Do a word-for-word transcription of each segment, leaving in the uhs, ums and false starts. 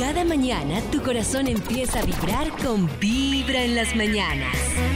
Cada mañana tu corazón empieza a vibrar con Vibra en las mañanas.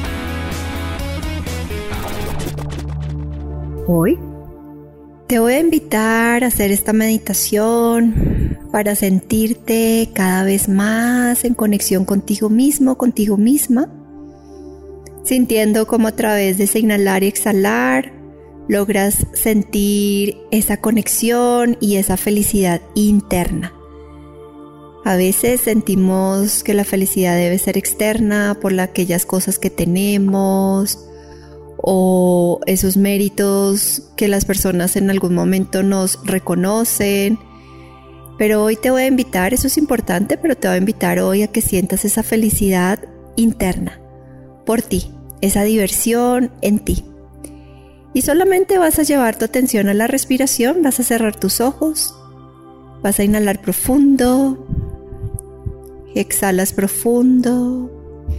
Hoy te voy a invitar a hacer esta meditación para sentirte cada vez más en conexión contigo mismo, contigo misma, sintiendo cómo a través de ese inhalar y exhalar logras sentir esa conexión y esa felicidad interna. A veces sentimos que la felicidad debe ser externa por aquellas cosas que tenemos o esos méritos que las personas en algún momento nos reconocen. Pero hoy te voy a invitar, eso es importante, pero te voy a invitar hoy a que sientas esa felicidad interna por ti, esa diversión en ti. Y solamente vas a llevar tu atención a la respiración, vas a cerrar tus ojos, vas a inhalar profundo. Exhalas profundo,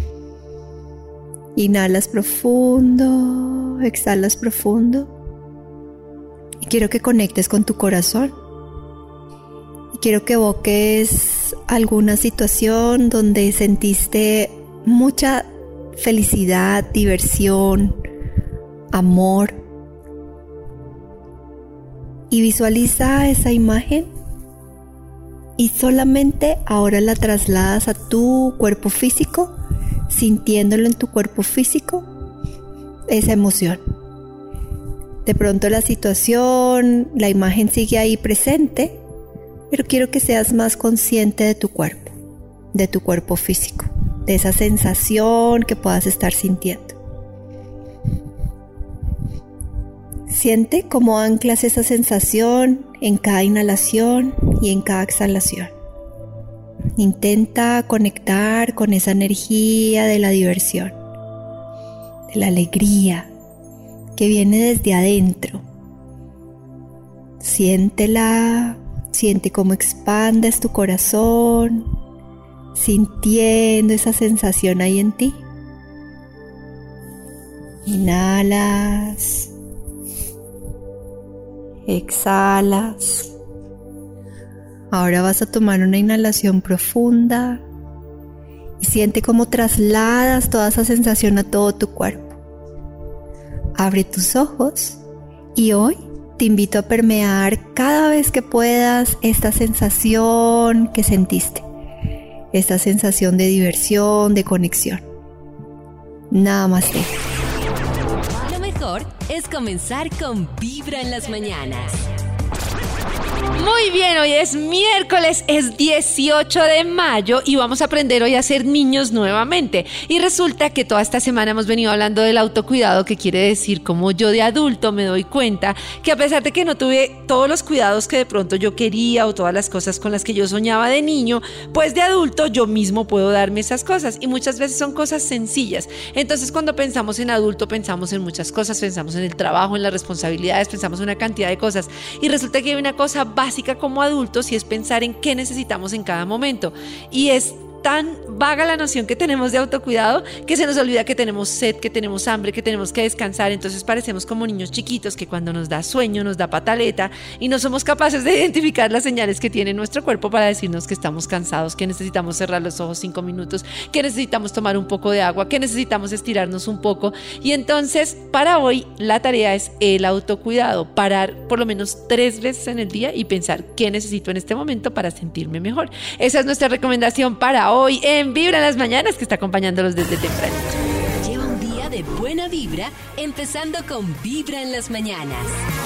inhalas profundo, exhalas profundo. Y quiero que conectes con tu corazón. Y quiero que evoques alguna situación donde sentiste mucha felicidad, diversión, amor. Y visualiza esa imagen. Y solamente ahora la trasladas a tu cuerpo físico, sintiéndolo en tu cuerpo físico, esa emoción. De pronto la situación, la imagen sigue ahí presente, pero quiero que seas más consciente de tu cuerpo, de tu cuerpo físico, de esa sensación que puedas estar sintiendo. Siente cómo anclas esa sensación en cada inhalación y en cada exhalación. Intenta conectar con esa energía de la diversión, de la alegría que viene desde adentro. Siéntela, siente cómo expandes tu corazón, sintiendo esa sensación ahí en ti. Inhalas. Exhalas. Ahora vas a tomar una inhalación profunda y siente cómo trasladas toda esa sensación a todo tu cuerpo. Abre tus ojos y hoy te invito a permear cada vez que puedas esta sensación que sentiste, esta sensación de diversión, de conexión. Namaste. Es comenzar con Vibra en las mañanas. Muy bien, hoy es miércoles, es dieciocho de mayo y vamos a aprender hoy a ser niños nuevamente. Y resulta que toda esta semana hemos venido hablando del autocuidado, que quiere decir como yo de adulto me doy cuenta que a pesar de que no tuve todos los cuidados que de pronto yo quería o todas las cosas con las que yo soñaba de niño, pues de adulto yo mismo puedo darme esas cosas y muchas veces son cosas sencillas. Entonces cuando pensamos en adulto pensamos en muchas cosas, pensamos en el trabajo, en las responsabilidades, pensamos en una cantidad de cosas y resulta que hay una cosa básica como adultos y es pensar en qué necesitamos en cada momento y es tan vaga la noción que tenemos de autocuidado que se nos olvida que tenemos sed, que tenemos hambre, que tenemos que descansar. Entonces parecemos como niños chiquitos que cuando nos da sueño, nos da pataleta y no somos capaces de identificar las señales que tiene nuestro cuerpo para decirnos que estamos cansados, que necesitamos cerrar los ojos cinco minutos, que necesitamos tomar un poco de agua, que necesitamos estirarnos un poco. Y entonces para hoy la tarea es el autocuidado, parar por lo menos tres veces en el día y pensar qué necesito en este momento para sentirme mejor. Esa es nuestra recomendación para hoy. Hoy en Vibra en las mañanas, que está acompañándolos desde temprano. Lleva un día de buena vibra, empezando con Vibra en las mañanas.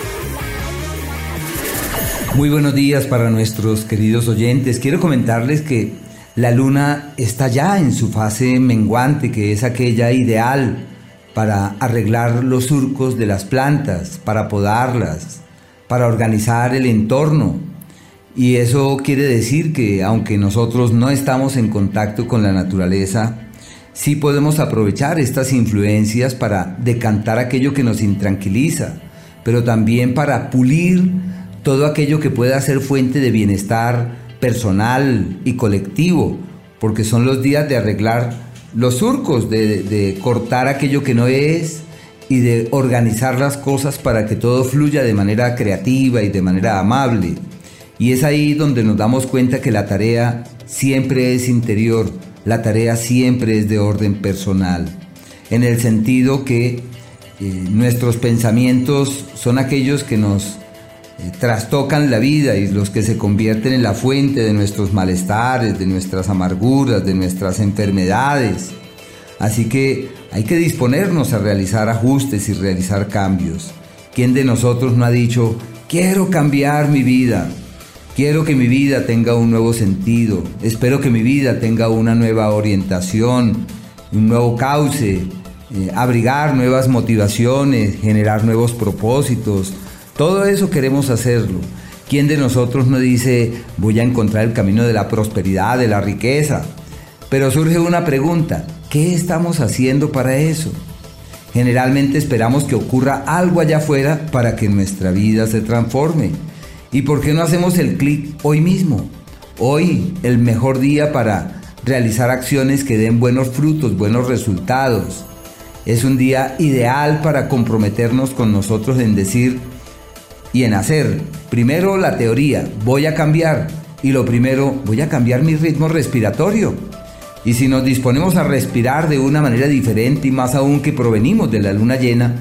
Muy buenos días para nuestros queridos oyentes. Quiero comentarles que la luna está ya en su fase menguante, que es aquella ideal para arreglar los surcos de las plantas, para podarlas, para organizar el entorno. Y eso quiere decir que aunque nosotros no estamos en contacto con la naturaleza, sí podemos aprovechar estas influencias para decantar aquello que nos intranquiliza, pero también para pulir todo aquello que pueda ser fuente de bienestar personal y colectivo, porque son los días de arreglar los surcos, de, de cortar aquello que no es y de organizar las cosas para que todo fluya de manera creativa y de manera amable. Y es ahí donde nos damos cuenta que la tarea siempre es interior, la tarea siempre es de orden personal, en el sentido que eh, nuestros pensamientos son aquellos que nos eh, trastocan la vida y los que se convierten en la fuente de nuestros malestares, de nuestras amarguras, de nuestras enfermedades. Así que hay que disponernos a realizar ajustes y realizar cambios. ¿Quién de nosotros no ha dicho, quiero cambiar mi vida? Quiero que mi vida tenga un nuevo sentido, espero que mi vida tenga una nueva orientación, un nuevo cauce, eh, abrigar nuevas motivaciones, generar nuevos propósitos. Todo eso queremos hacerlo. ¿Quién de nosotros no dice, voy a encontrar el camino de la prosperidad, de la riqueza? Pero surge una pregunta, ¿qué estamos haciendo para eso? Generalmente esperamos que ocurra algo allá afuera para que nuestra vida se transforme. ¿Y por qué no hacemos el clic hoy mismo? Hoy, el mejor día para realizar acciones que den buenos frutos, buenos resultados. Es un día ideal para comprometernos con nosotros en decir y en hacer. Primero la teoría, voy a cambiar. Y lo primero, voy a cambiar mi ritmo respiratorio. Y si nos disponemos a respirar de una manera diferente y más aún que provenimos de la luna llena,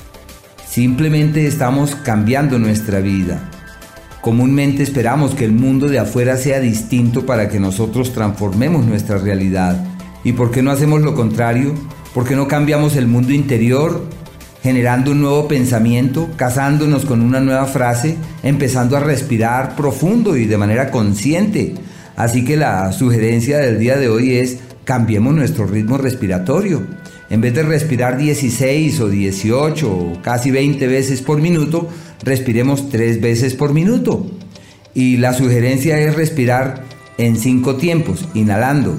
simplemente estamos cambiando nuestra vida. Comúnmente esperamos que el mundo de afuera sea distinto para que nosotros transformemos nuestra realidad. ¿Y por qué no hacemos lo contrario? ¿Por qué no cambiamos el mundo interior, generando un nuevo pensamiento, casándonos con una nueva frase, empezando a respirar profundo y de manera consciente? Así que la sugerencia del día de hoy es, cambiemos nuestro ritmo respiratorio. En vez de respirar dieciséis o dieciocho o casi veinte veces por minuto, respiremos tres veces por minuto. Y la sugerencia es respirar en cinco tiempos, inhalando.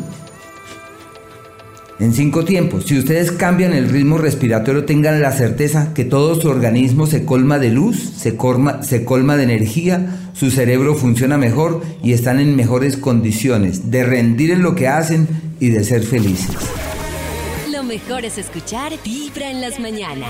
En cinco tiempos. Si ustedes cambian el ritmo respiratorio, tengan la certeza que todo su organismo se colma de luz, se colma, se colma de energía, su cerebro funciona mejor y están en mejores condiciones de rendir en lo que hacen y de ser felices. Lo mejor es escuchar Vibra en las mañanas.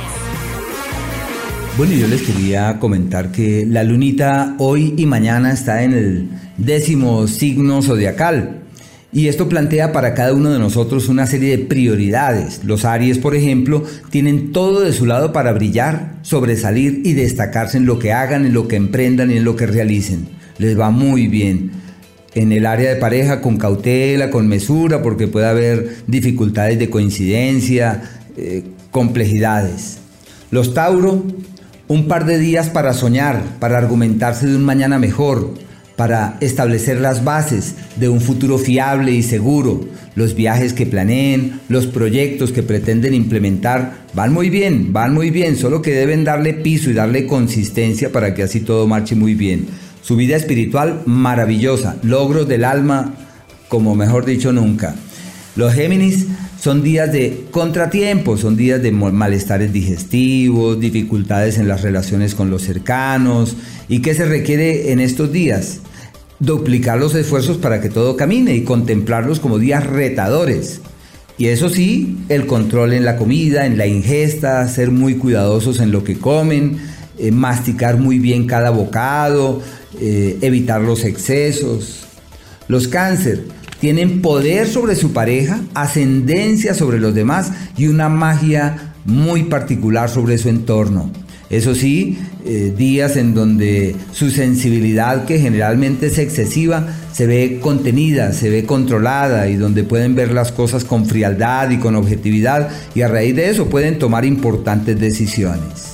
Bueno, yo les quería comentar que la lunita hoy y mañana está en el décimo signo zodiacal. Y esto plantea para cada uno de nosotros una serie de prioridades. Los Aries, por ejemplo, tienen todo de su lado para brillar, sobresalir y destacarse en lo que hagan, en lo que emprendan y en lo que realicen. Les va muy bien. En el área de pareja, con cautela, con mesura, porque puede haber dificultades de coincidencia, eh, complejidades. Los Tauro, un par de días para soñar, para argumentarse de un mañana mejor, para establecer las bases de un futuro fiable y seguro. Los viajes que planeen, los proyectos que pretenden implementar, van muy bien, van muy bien, solo que deben darle piso y darle consistencia para que así todo marche muy bien. Su vida espiritual, maravillosa, logros del alma, como mejor dicho nunca. Los Géminis son días de contratiempos, son días de malestares digestivos, dificultades en las relaciones con los cercanos. ¿Y qué se requiere en estos días? Duplicar los esfuerzos para que todo camine y contemplarlos como días retadores. Y eso sí, el control en la comida, en la ingesta, ser muy cuidadosos en lo que comen, eh, masticar muy bien cada bocado, eh, evitar los excesos. Los Cáncer tienen poder sobre su pareja, ascendencia sobre los demás y una magia muy particular sobre su entorno. Eso sí, eh, días en donde su sensibilidad, que generalmente es excesiva, se ve contenida, se ve controlada y donde pueden ver las cosas con frialdad y con objetividad y a raíz de eso pueden tomar importantes decisiones.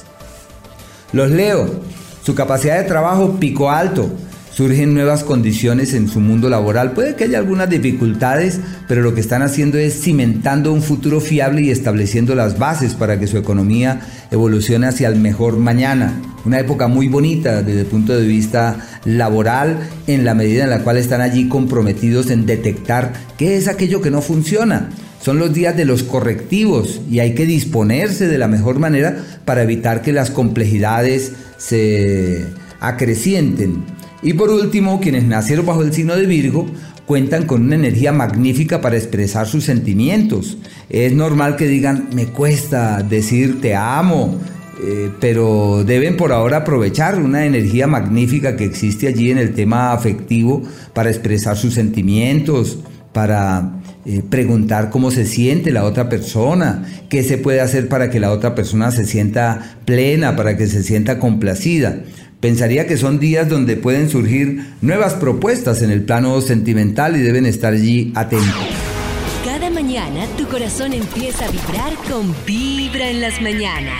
Los Leo, su capacidad de trabajo pico alto. Surgen nuevas condiciones en su mundo laboral. Puede que haya algunas dificultades, pero lo que están haciendo es cimentando un futuro fiable y estableciendo las bases para que su economía evolucione hacia el mejor mañana. Una época muy bonita desde el punto de vista laboral, en la medida en la cual están allí comprometidos en detectar qué es aquello que no funciona. Son los días de los correctivos y hay que disponerse de la mejor manera para evitar que las complejidades se acrecienten. Y por último, quienes nacieron bajo el signo de Virgo cuentan con una energía magnífica para expresar sus sentimientos. Es normal que digan, me cuesta decir te amo, eh, pero deben por ahora aprovechar una energía magnífica que existe allí en el tema afectivo para expresar sus sentimientos, para eh, preguntar cómo se siente la otra persona, qué se puede hacer para que la otra persona se sienta plena, para que se sienta complacida. Pensaría que son días donde pueden surgir nuevas propuestas en el plano sentimental y deben estar allí atentos. Cada mañana tu corazón empieza a vibrar con Vibra en las mañanas.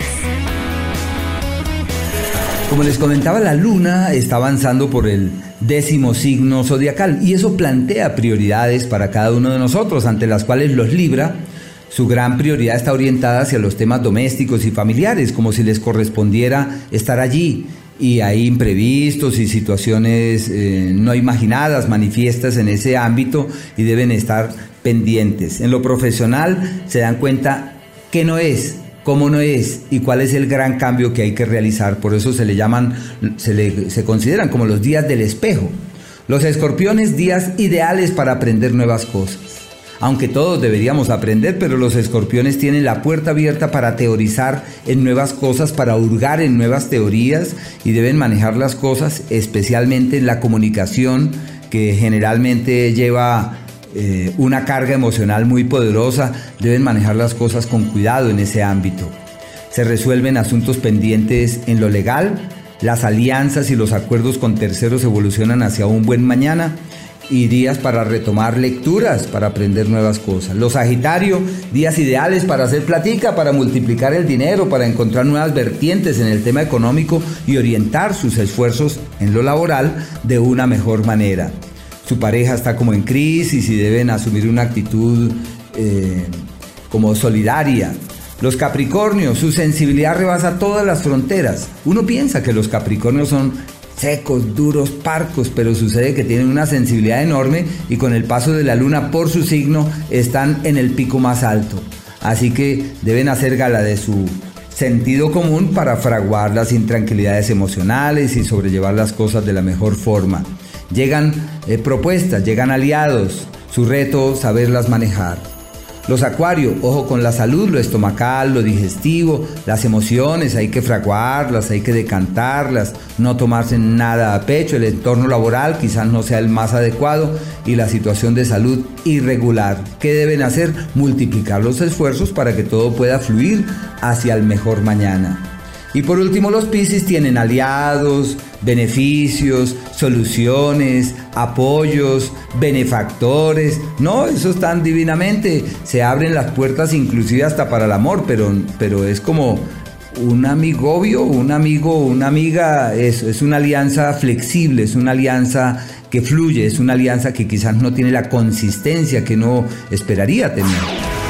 Como les comentaba, la luna está avanzando por el décimo signo zodiacal y eso plantea prioridades para cada uno de nosotros, ante las cuales los Libra, su gran prioridad está orientada hacia los temas domésticos y familiares, como si les correspondiera estar allí. Y hay imprevistos y situaciones eh, no imaginadas, manifiestas en ese ámbito y deben estar pendientes. En lo profesional se dan cuenta qué no es, cómo no es y cuál es el gran cambio que hay que realizar. Por eso se le llaman, se, le, se consideran como los días del espejo. Los escorpiones, días ideales para aprender nuevas cosas. Aunque todos deberíamos aprender, pero los escorpiones tienen la puerta abierta para teorizar en nuevas cosas, para hurgar en nuevas teorías y deben manejar las cosas, especialmente en la comunicación, que generalmente lleva eh, una carga emocional muy poderosa. Deben manejar las cosas con cuidado en ese ámbito. Se resuelven asuntos pendientes en lo legal, las alianzas y los acuerdos con terceros evolucionan hacia un buen mañana. Y días para retomar lecturas, para aprender nuevas cosas. Los Sagitario, días ideales para hacer platica, para multiplicar el dinero, para encontrar nuevas vertientes en el tema económico y orientar sus esfuerzos en lo laboral de una mejor manera. Su pareja está como en crisis y deben asumir una actitud eh, como solidaria. Los Capricornios, su sensibilidad rebasa todas las fronteras. Uno piensa que los Capricornios son secos, duros, parcos, pero sucede que tienen una sensibilidad enorme y con el paso de la luna por su signo están en el pico más alto. Así que deben hacer gala de su sentido común para fraguar las intranquilidades emocionales y sobrellevar las cosas de la mejor forma. Llegan eh, propuestas, llegan aliados, su reto saberlas manejar. Los Acuario, ojo con la salud, lo estomacal, lo digestivo, las emociones, hay que fraguarlas, hay que decantarlas, no tomarse nada a pecho, el entorno laboral quizás no sea el más adecuado y la situación de salud irregular. ¿Qué deben hacer? Multiplicar los esfuerzos para que todo pueda fluir hacia el mejor mañana. Y por último, los Piscis tienen aliados, beneficios, soluciones, apoyos, benefactores. No, eso están divinamente. Se abren las puertas inclusive hasta para el amor, pero, pero es como un amigovio, un amigo, una amiga. Es, es una alianza flexible, es una alianza que fluye, es una alianza que quizás no tiene la consistencia que uno esperaría tener.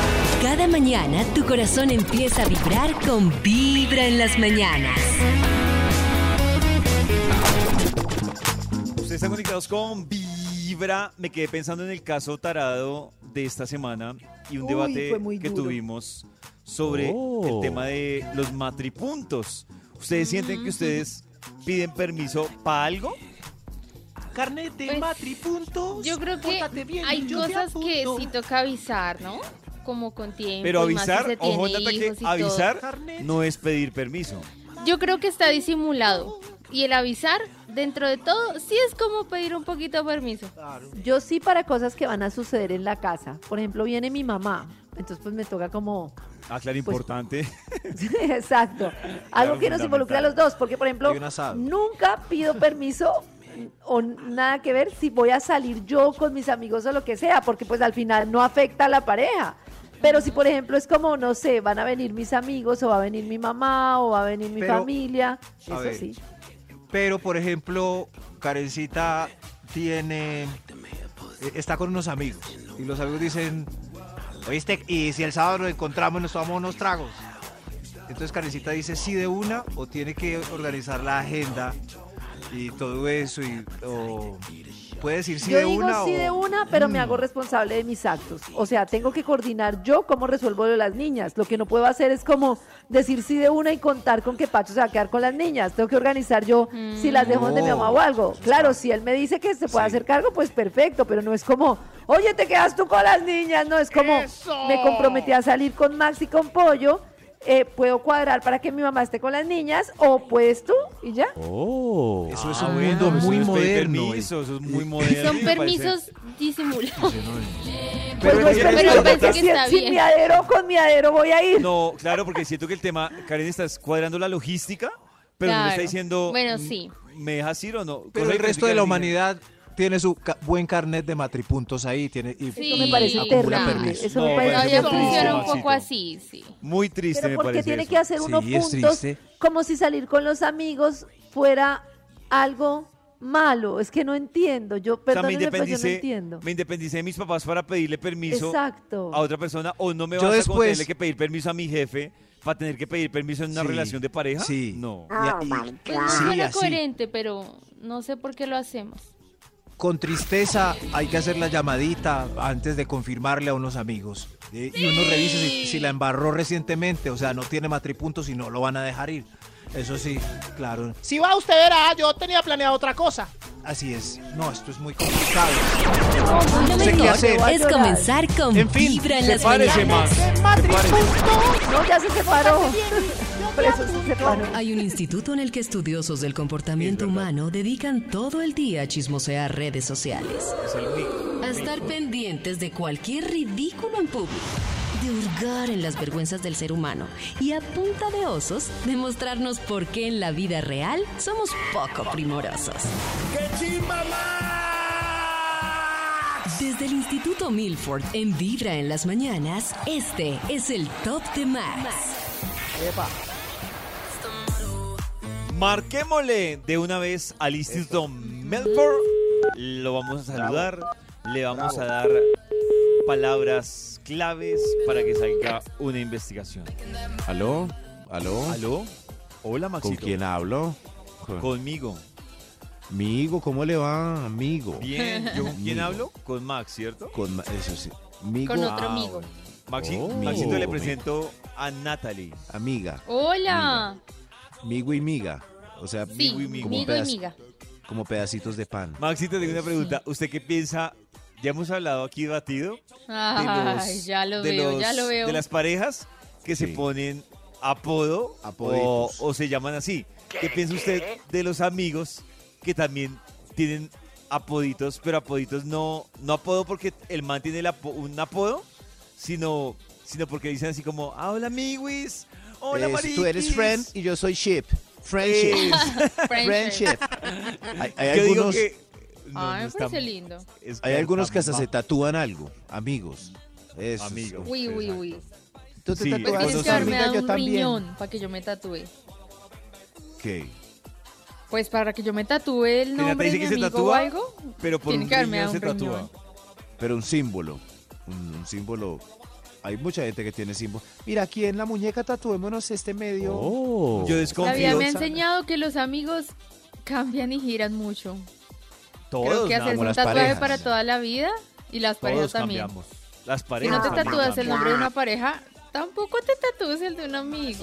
Cada mañana tu corazón empieza a vibrar con Vibra en las mañanas. Ustedes están conectados con Vibra. Me quedé pensando en el caso tarado de esta semana y un Uy, debate que duro. tuvimos sobre oh. el tema de los matripuntos. ¿Ustedes sienten que ustedes piden permiso para algo? Carnet de pues, matripuntos. Yo creo que bien, hay cosas que apunto. sí toca avisar, ¿no? Como con tiempo. Pero avisar, avisar, ojo, Nata, que avisar no es pedir permiso. Yo creo que está disimulado. Y el avisar, dentro de todo, sí es como pedir un poquito de permiso. Claro. Yo sí para cosas que van a suceder en la casa. Por ejemplo, viene mi mamá. Entonces, pues me toca como... Ah, claro, pues, importante. Exacto. Algo Claro, que nos involucre a los dos. Porque, por ejemplo, nunca pido permiso o nada que ver si voy a salir yo con mis amigos o lo que sea. Porque, pues, al final no afecta a la pareja. Pero si, por ejemplo, es como, no sé, van a venir mis amigos o va a venir mi mamá o va a venir mi Pero, familia, a eso ver, sí. Pero, por ejemplo, Karencita tiene... está con unos amigos y los amigos dicen, oíste, y si el sábado nos encontramos nos tomamos unos tragos. Entonces Karencita dice sí de una o tiene que organizar la agenda y todo eso y... O, puede decir sí yo de digo una sí o... de una, pero Mm. me hago responsable de mis actos. O sea, tengo que coordinar yo cómo resuelvo lo de las niñas. Lo que no puedo hacer es como decir sí de una y contar con que Pacho se va a quedar con las niñas. Tengo que organizar yo Mm. si las dejo de mi mamá o algo. Claro, si él me dice que se puede Sí. hacer cargo, pues perfecto, pero no es como, oye, te quedas tú con las niñas. No, es como, me comprometí a salir con Max y con Pollo eh, puedo cuadrar para que mi mamá esté con las niñas o puedes tú y ya. Oh, Eso es ah, un bueno, mundo eso muy no es pedir moderno. permiso, eso es muy moderno. Son me parece. permisos disimulados. Pues Pero no es es que- permiso, pero porque parece que si, está si bien. me adero con mi adero voy a ir. No, claro, porque siento que el tema, Karen, estás cuadrando la logística, pero no le está Claro. diciendo, Bueno, mm, sí. ¿me dejas ir o no? Pero Cosa el que resto de Karen la diga, humanidad tiene su ca- buen carnet de matripuntos ahí. Tiene, y Sí, Eso me parece acumula terrible. permiso. Eso No, me parece Todavía Maxito, funciona un Maxito. poco así, sí. Muy triste Pero me porque parece tiene eso. que hacer unos Sí, es puntos triste. como si salir con los amigos fuera algo malo. Es que no entiendo. Yo, O sea, me perdónenme, pero yo no independicé, entiendo. me independicé de mis papás para pedirle permiso Exacto. a otra persona, o no me Yo vas a después- tenerle que pedir permiso a mi jefe para tener que pedir permiso en una Sí, relación de pareja. sí. No. Y a- y- Pues no sí, suena así. coherente, pero no sé por qué lo hacemos. Con tristeza hay que hacer la llamadita antes de confirmarle a unos amigos. Eh, Y uno revisa si, si la embarró recientemente, o sea, no tiene matripuntos y no lo van a dejar ir. Eso sí, claro. Si va usted verá, yo tenía planeado otra cosa. Así es. No, esto es muy complicado. Lo No sé qué mejor hacer. es comenzar con En fin, Vibra en las sepárese, mañanas. Max. ¡Qué matripunto! No, ya se separó. Por eso se separó. Hay un instituto en el que estudiosos del comportamiento Es verdad. humano dedican todo el día a chismosear redes sociales, Es el único. a estar pendientes de cualquier ridículo en público, de hurgar en las vergüenzas del ser humano y a punta de osos demostrarnos por qué en la vida real somos poco primorosos. Desde el Instituto Milford en Vibra en las mañanas, este es el Top de Max. Marquémosle de una vez al Instituto Melford. Lo vamos a saludar. Le vamos a dar palabras claves para que salga una investigación. ¿Aló? ¿Aló? ¿Aló? Hola, ¿Con Maxito. quién hablo? Con... Conmigo. Amigo, ¿cómo le va, amigo? Bien. ¿Yo con quién Amigo. hablo? Con Max, ¿cierto? Con Ma- eso sí. Amigo, Con otro Ah, amigo. bueno. Maxi- Oh. Maxito, le Amigo. presento a Natalie. amiga. Hola. Migo y miga. O sea, Sí, Migo y migo. como, migo y pedac- miga. como pedacitos de pan. Maxito, tengo una pregunta. ¿Usted qué piensa? Ya hemos hablado aquí, debatido, de Ay, los, ya lo de veo, los- ya lo veo. de las parejas que se Sí. ponen apodo o, Apoditos. o se llaman así. ¿Qué piensa usted de los amigos que también tienen apoditos, pero apoditos no, no apodo porque el man tiene el apo- un apodo, sino, sino porque dicen así como, ah, hola amiguis, hola Es, mariquis. tú eres friend y yo soy ship. Friendship. Es- Friendship. Hay, hay Yo digo algunos, que... no, Ay, no me está- parece lindo. es hay algunos que hasta ma- se tatúan algo. Amigos. Eso. es Amigos. como- Uy, uy, uy. ¿Tú te Sí, Pues tatúas? tienes Eso que haberme amiga? dado Yo un también. riñón para que yo me tatúe. ¿Qué? Pues para que yo me tatúe el Nata nombre de dice mi que se amigo o tatúa, algo. pero por Tiene un que haberme riñón dado se un tatúa. riñón. Pero un símbolo. Un, un símbolo. Hay mucha gente que tiene símbolo. Mira, aquí en la muñeca tatuémonos este medio. Yo La desconfío. vida me ha enseñado que los amigos cambian y giran mucho. Todos, Creo que nada, hacer como un las tatuaje parejas. para toda la vida y las parejas todos también. cambiamos. Las Si parejas no te también tatúas el cambian. nombre de una pareja, tampoco te tatúes el de un amigo.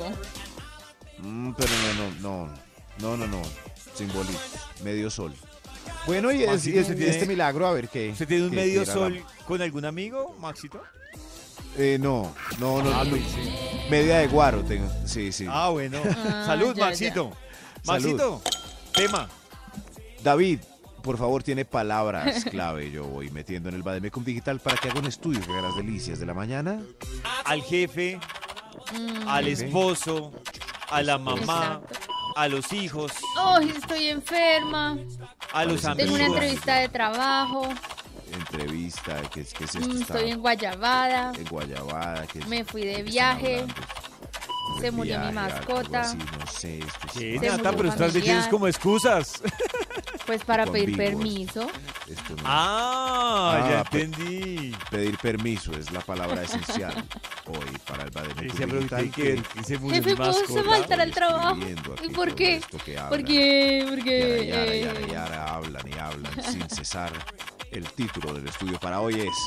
Mm, pero no, no, no. No, no, no. Simbolitos. Medio sol. Bueno, y, es, Maxito, y es- ¿usted y tiene- este milagro, a ver qué. ¿Usted tiene un qué medio tira sol la- con algún amigo, Maxito? Eh, no, no, no. Ah, no. pues sí. Media de guaro tengo. Sí, sí. Ah, bueno. Ah, Salud, ya, Maxito. Salud. Maxito, tema. David, por favor, tiene palabras clave. Yo voy metiendo en el Bademecum Digital para que haga un estudio que haga las delicias de la mañana. Al jefe, Mm. al esposo, a la mamá, Exacto. a los hijos, Ay, estoy enferma. a los Parece amigos. Tengo una entrevista de trabajo. Entrevista, ¿qué es, qué es esto? Mm, Está Estoy en Guayabada. en Guayabada. ¿qué es- Me fui de qué están viaje. hablando? Se De murió mi viaje, algo mascota. así, no sé, esto es- ¿Qué, Se Nata? murió Pero estás diciendo familiar. como excusas. Pues para Con pedir vivos. permiso. esto no- Ah, Ah, ya pe- entendí. Pedir permiso es la palabra esencial hoy para el Bademecum Ese Digital. pregunté que, que se murió Jefe, mi ¿puedo mascota. faltar al trabajo? escribiendo aquí ¿Y por todo qué? esto que habla. ¿Por qué? Porque Yara, eh, yara, yara, yara, hablan y hablan sin cesar. El título del estudio para hoy es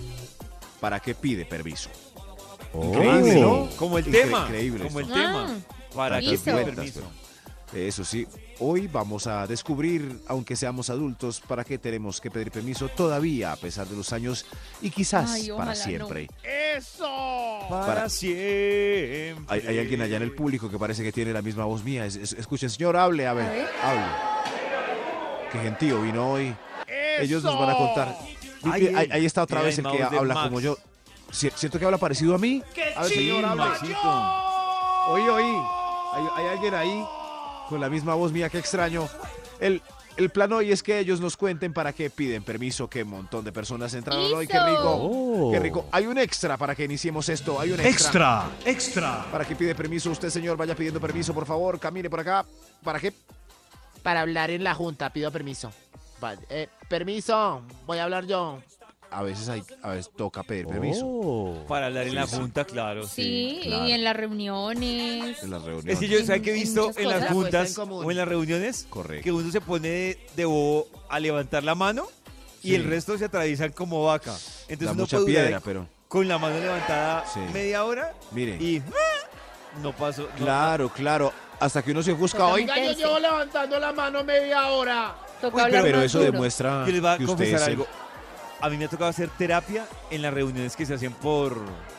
¿para qué pide permiso? Increíble, Oh. ¿no? Como el Incre- tema. increíble Como el esto. tema. Ah, ¿Para qué hizo. pide Cuentas, permiso? pero- Eso sí, hoy vamos a descubrir, aunque seamos adultos, para qué tenemos que pedir permiso todavía a pesar de los años y quizás Ay, para ojalá siempre. ¡Eso! Para, Para- siempre. Hay, hay alguien allá en el público que parece que tiene la misma voz mía. Es- es- escuchen, señor, hable, a ver, A ver. hable. Qué gentío vino hoy. ¡Eso! Ellos nos van a contar. Ay, ahí, ahí está otra tiene vez el la que voz de habla Max. como yo. Si- Siento que habla parecido a mí. ¡Qué A ver, señor, hable. Maxito. Oí, oí. Hay, hay alguien ahí con la misma voz mía, qué extraño. El, el plan hoy es que ellos nos cuenten para qué piden permiso, qué montón de personas entraron hoy, qué ¡Eso! rico. Oh. Qué rico. Hay un extra para que iniciemos esto, hay un extra. extra. Para que pide permiso, usted señor, vaya pidiendo permiso, por favor, camine por acá. ¿Para qué? Para hablar en la junta, pido permiso. Vale, eh, permiso, voy a hablar yo. A veces hay, a veces toca pedir permiso. Para hablar en la Sí, sí. junta, claro. Sí. Sí, claro. y en las reuniones. En las Es reuniones. que yo, ¿sabes qué he En- en visto muchas en las cosas. juntas La puesta en común. o en las reuniones? Correcto. Que uno se pone de, de bobo a levantar la mano y Sí. el resto se atraviesan como vaca. Entonces Da uno mucha puede durar piedra, pero con la mano levantada Sí. media hora mire. y ¡ah! no pasó. no- Claro, claro. Hasta que uno se ofusca. Toca Oiga, meterse. llevo levantando la mano media hora. Toca Uy, hablar pero más eso duro. demuestra Yo les voy a que usted confesar es el- algo. A mí me ha tocado hacer terapia en las reuniones que se hacen por,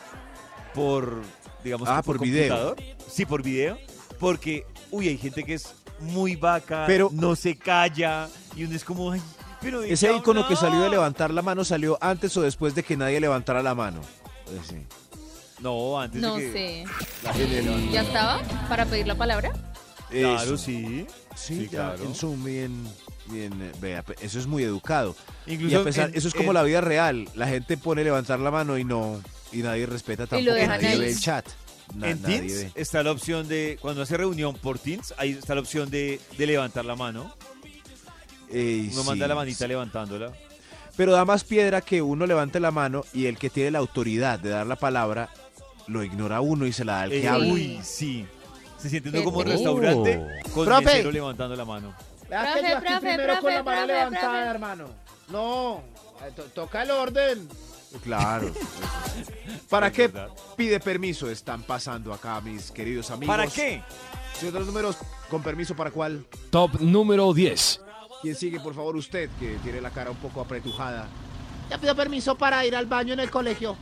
por, digamos, Ah, que por video. computador. Sí, por video. Porque, uy, hay gente que es muy vaca, Pero- no se calla y uno es como, ay, pero ¿de Ese qué icono que habla? salió de levantar la mano salió antes o después de que nadie levantara la mano. Eh, sí. No, antes No de que sé. la gente levantara. ¿Ya estaba para pedir la palabra? Claro, Eso. sí. Sí, Sí, ya, claro. en Zoom, bien, bien, eh, vea, pe- eso es muy educado. Incluso y a pesar, en- eso es como en- la vida real. La gente pone levantar la mano y no, y nadie respeta tampoco. lo dejan nadie ahí. ve el chat. Na- En nadie Teams ve. está la opción de, cuando hace reunión por Teams, ahí está la opción de, de levantar la mano. Ey, Uno sí, manda la manita sí. levantándola. Pero da más piedra que uno levante la mano y el que tiene la autoridad de dar la palabra lo ignora uno y se la da al que Eh, habla. Uy, sí. Se siente uno Qué como en triste. restaurante con Profe. mesero levantando la mano. Vea Profe, que yo aquí profe, primero con profe, la mano profe, levantada, profe. hermano. No, eh, to- toca el orden. Claro. ¿Para Es qué verdad. pide permiso? Están pasando acá, mis queridos amigos. ¿Para qué? Señor de los números, ¿con permiso para cuál? Top número diez. ¿Quién sigue, por favor, usted, que tiene la cara un poco apretujada? Ya pido permiso para ir al baño en el colegio.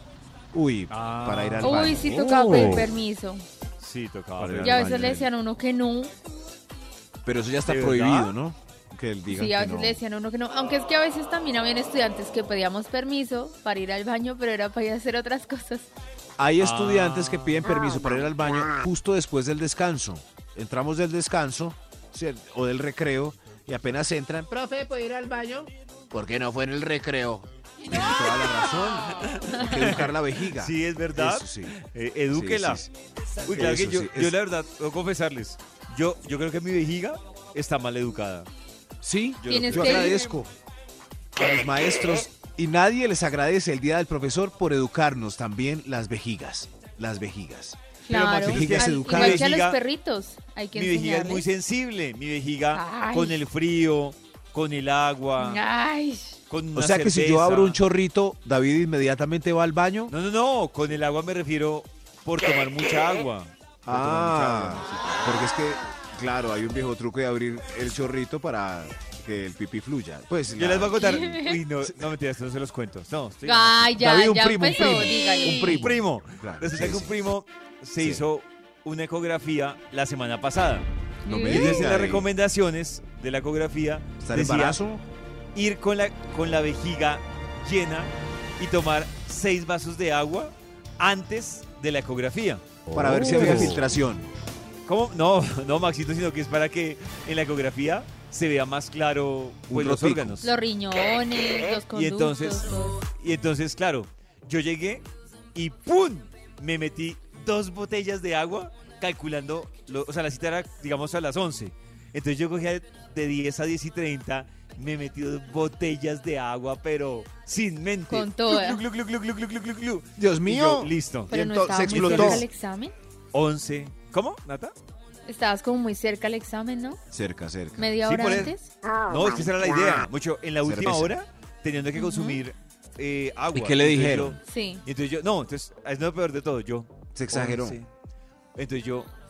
Uy, Ah. para ir al Uy, baño. sí tocaba Oh. pedir permiso. Sí, tocaba. Para ir pero- Y a al veces baño, le eh. decían a uno que no. Pero eso ya está ¿De prohibido, verdad? ¿no? Que él diga Sí, a que veces no. le decían a uno que no. Aunque es que a veces también habían estudiantes que pedíamos permiso para ir al baño, pero era para ir a hacer otras cosas. Hay estudiantes que piden permiso Ah. para ir al baño justo después del descanso. Entramos del descanso ¿sí? o del recreo y apenas entran. Profe, ¿puedo ir al baño? ¿Por qué no fue en el recreo? Tiene toda la razón. Hay que educar la vejiga. Sí, es verdad. Eso sí. Eh, edúquela. Sí, sí, sí. Uy, claro que Eso yo, sí, yo es- la verdad, debo confesarles, yo, yo creo que mi vejiga está mal educada. Sí, Yo, Tienes yo que- agradezco a los maestros y nadie les agradece el Día del Profesor por educarnos también las vejigas. Las vejigas. Pero, Claro. Maxi, vejiga es Al- educada. igual que a Vejiga- los perritos. Hay que mi vejiga es muy enseñarles. sensible. Mi vejiga Ay. con el frío, con el agua, Ay, con una O sea que si yo cerveza. abro un chorrito, David inmediatamente va al baño. No, no, no, con el agua me refiero por tomar mucha agua. Por tomar mucha agua, sí. Ah, porque es que, claro, hay un viejo truco de abrir el chorrito para que el pipí fluya. Pues Yo la- les voy a contar. Uy, no, no mentiras, no se los cuento. No, estoy ay, ya, David, un ya primo, un empezó, primo. dígale. Un primo. Un primo. Claro, Resulta sí, que un sí. primo se Sí. hizo una ecografía la semana pasada. No Y me entonces diga, las y- recomendaciones de la ecografía ¿Está en decía embarazo? ir con la, con la vejiga llena y tomar seis vasos de agua antes de la ecografía. Para ver si Oh. había filtración. ¿Cómo? No, no, Maxito, sino que es para que en la ecografía se vea más claro pues, Un los rotico. órganos. Los riñones, los conductos. Y entonces, todo. y entonces, claro, yo llegué y ¡pum! Me metí dos botellas de agua calculando, lo- o sea, la cita era, digamos, a las once. Entonces yo cogía de diez a diez y treinta, me metí dos botellas de agua, pero sin mente. Con toda. Glu, glu, glu, glu, glu, glu, glu, glu. Dios Y mío. yo, listo. Pero no entonces estaba muy explotó. cerca el examen. once. ¿Cómo, Nata? Estabas como muy cerca al examen, ¿no? Cerca, cerca. Media Sí, hora por eso. antes. No, es que esa era la idea. Mucho, en la última Cerveza. hora, teniendo que consumir eh, agua. ¿Y qué le Entonces yo- dijeron? Sí. Y entonces yo, no, entonces, es lo peor de todo, yo. Se exageró. once. Entonces yo,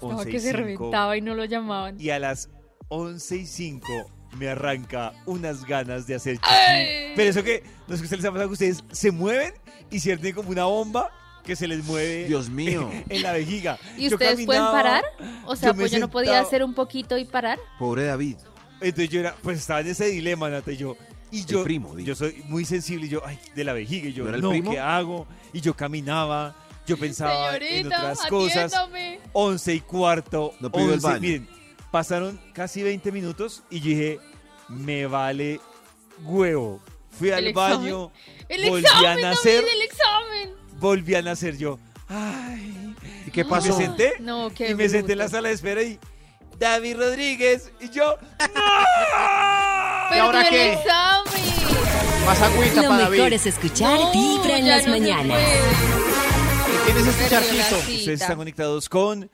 Estaba once y que se cinco, reventaba y no lo llamaban. y a las once y cinco me arranca unas ganas de hacer chichi. ¡Ay! Pero eso que, no es que a ustedes les ha pasado que ustedes se mueven y sienten como una bomba que se les mueve Dios mío. en la vejiga. ¿Y Yo ustedes pueden caminaba, parar? O sea, yo me pues yo no podía sentaba- hacer un poquito y parar. Pobre David. Entonces yo era, pues estaba en ese dilema, Nata, y yo, y yo, primo, di. yo soy muy sensible, y yo, ay, de la vejiga, y yo, ¿No era el no, primo? ¿qué hago? Y yo caminaba, yo pensaba en Señorita, otras cosas. atiéndame. Once y cuarto, No pidió el once, baño. miren, pasaron casi veinte minutos y yo dije, me vale huevo. Fui al ¿El examen? baño, El volví examen, a nacer, David, el examen. volví a nacer yo. Ay, ¿Y qué y pasó? me senté, No, qué y me senté en la bruto. sala de espera y David Rodríguez, y yo, Pero ahora el qué? examen. Más agüita Lo para mejor David. es escuchar No, Vibra en ya las no se mañanas. puede. ¿Quién es este Perdió la charquito? cita. Ustedes están conectados con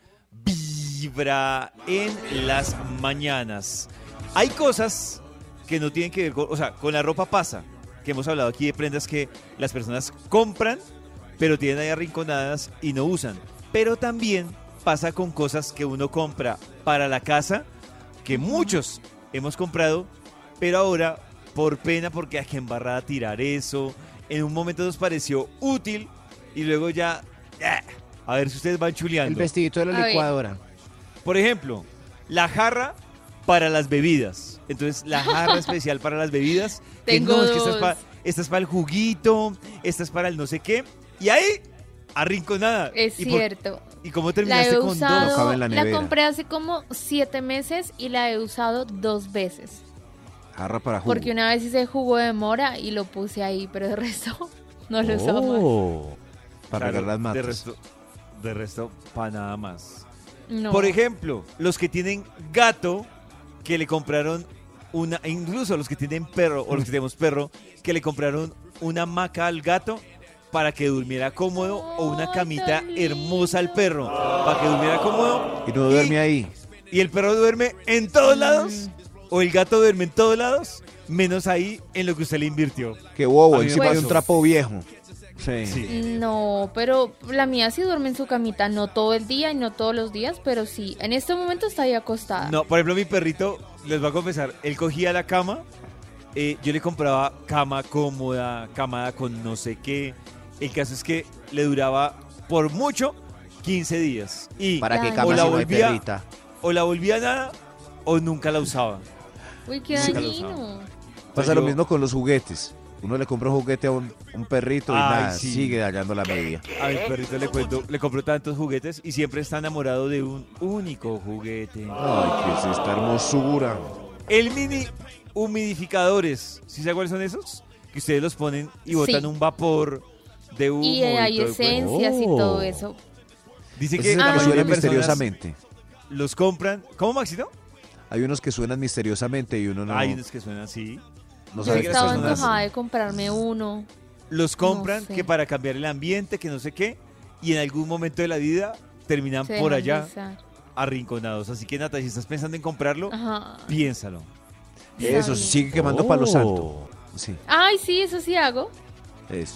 Vibra en las mañanas. Hay cosas que no tienen que ver con, o sea, con la ropa pasa, que hemos hablado aquí de prendas que las personas compran, pero tienen ahí arrinconadas y no usan. Pero también pasa con cosas que uno compra para la casa, que muchos hemos comprado, pero ahora, por pena, porque a qué embarrada tirar eso, en un momento nos pareció útil y luego ya, eh, a ver si ustedes van El chuleando. vestidito de la A ver. licuadora. Por ejemplo, la jarra para las bebidas. Entonces, la jarra especial para las bebidas. que Tengo no, es que esta es, dos. pa- esta es para el juguito, esta es para el no sé qué. Y ahí, arrinconada. Es ¿Y por- cierto. ¿Y cómo La terminaste he con usado, No cabe en la, la nevera. compré hace como siete meses y la he usado dos veces. Jarra para jugo. Porque una vez hice jugo de mora y lo puse ahí, pero de resto no lo usaba más. Oh, para Claro, regar las de matas. resto, de resto, para nada más. No. Por ejemplo, los que tienen gato, que le compraron una, incluso los que tienen perro, o los que tenemos perro, que le compraron una hamaca al gato para que durmiera cómodo, o una Ay, camita tan hermosa al perro para que durmiera cómodo. Y no duerme ahí. Y el perro duerme en todos Mm. lados, o el gato duerme en todos lados, menos ahí en lo que usted le invirtió. Qué bobo, A mí me encima de pasó. un trapo viejo. Sí. Sí. No, pero la mía sí duerme en su camita, no todo el día y no todos los días, pero sí. En este momento está ahí acostada. No, por ejemplo, mi perrito, les voy a confesar, él cogía la cama, eh, yo le compraba cama cómoda, cama con no sé qué. El caso es que le duraba por mucho quince días. Y ¿Para qué Ay, cama o si la no hay volvía, perrita? o la volvía nada, o nunca la usaba. Uy, qué Nunca lo dañino. Pasa lo yo- mismo con los juguetes. Uno le compra un juguete a un, un perrito y Ay, nada, sí. sigue dañando la media. A mi perrito le cuento, le compró tantos juguetes y siempre está enamorado de un único juguete. Ay, qué es esta hermosura. El mini humidificadores, ¿sí saben cuáles son esos? Que ustedes los ponen y botan Sí. un vapor de humo. Y hay todo el cuento. esencias y Oh. todo eso. Dice Ese que es el la que mayoría suena de personas misteriosamente. los compran. ¿Cómo, Maxito? Hay unos que suenan misteriosamente y uno no, Hay unos que suenan así. no Yo sabe qué que las estaba son. personas- antojada de comprarme uno. Los compran sé. que para cambiar el ambiente, que no sé qué, y en algún momento de la vida terminan Se por dejan allá rizar. arrinconados. Así que, Nata, si estás pensando en comprarlo, Ajá. piénsalo. Eso, Está sigue quemando palo santo. Oh. Sí, Ay, sí, eso sí hago. eso.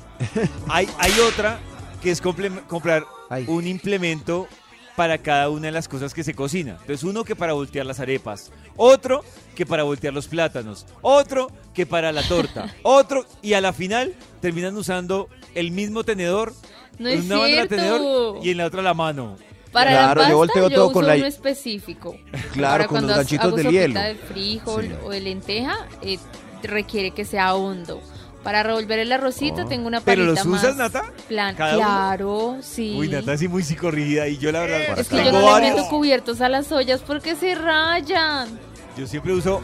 Hay, hay otra que es comple- comprar Ay. un implemento para cada una de las cosas que se cocina. Entonces, uno que para voltear las arepas, otro que para voltear los plátanos, otro que para la torta, otro, y a la final terminan usando el mismo tenedor, No en es una mano el cierto. tenedor y en la otra la mano. Para Claro, la yo pasta yo, volteo todo uso con la- uno específico. Claro, Para con los cuando ganchitos hago del sopita hielo. de frijol Sí. o de lenteja, eh, requiere que sea hondo. Para revolver el arrocito Oh. tengo una ¿Pero palita los usas, más Nata? plan. ¿Cada uno? Claro, sí. Uy, Nata, así muy psicorrígida. Y yo, la verdad, Es que Para yo tengo no le varios. meto cubiertos a las ollas porque se rayan. Yo siempre uso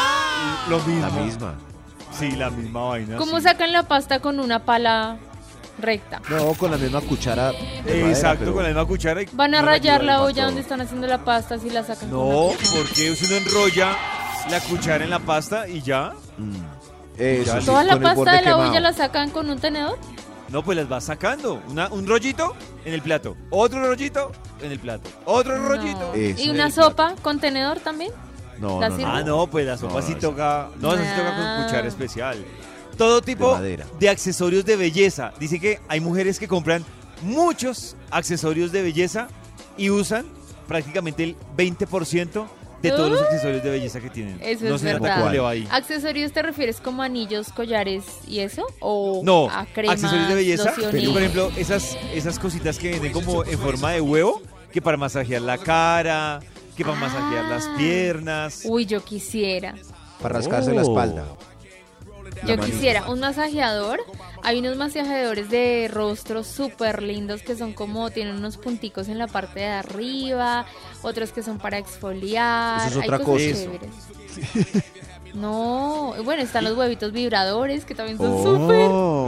lo mismo. La misma. Sí, la misma vaina. ¿Cómo sí. sacan la pasta con una pala recta? No, con la misma cuchara. de madera, Exacto, pero- con la misma cuchara. y Van a no la rayar ayuda la el olla pato. donde están haciendo la pasta si la sacan con No, una cuchara. porque uno enrolla la cuchara en la pasta y ya. Mm. Eso, sí, ¿Toda la con el pasta borde de la quemado. olla la sacan con un tenedor? No, pues las vas sacando. Una- un rollito en el plato. Otro rollito en el plato. Otro No. rollito. Eso. ¿Y en una el plato. sopa con tenedor también? No, ¿La no, sirve? no. Ah, no, pues la sopa No, sí no, toca. No, esa sí toca Ah. con cuchara especial. Todo tipo De madera. de accesorios de belleza. Dice que hay mujeres que compran muchos accesorios de belleza y usan prácticamente el veinte por ciento de todos los accesorios de belleza que tienen. Eso no es se nota verdad. cómo le va ahí. ¿Accesorios te refieres como anillos, collares y eso? ¿O No, a cremas, accesorios de belleza, lociones? por ejemplo, esas, esas cositas que venden como en forma de huevo, que para masajear la cara, que para masajear las piernas. Uy, yo quisiera. Para rascarse la espalda. Yo quisiera un masajeador. Hay unos masajeadores de rostro súper lindos que son como, tienen unos punticos en la parte de arriba, otros que son para exfoliar. Eso es otra Hay cosa. cosas chéveres. No, bueno, están los huevitos vibradores que también son Oh. súper.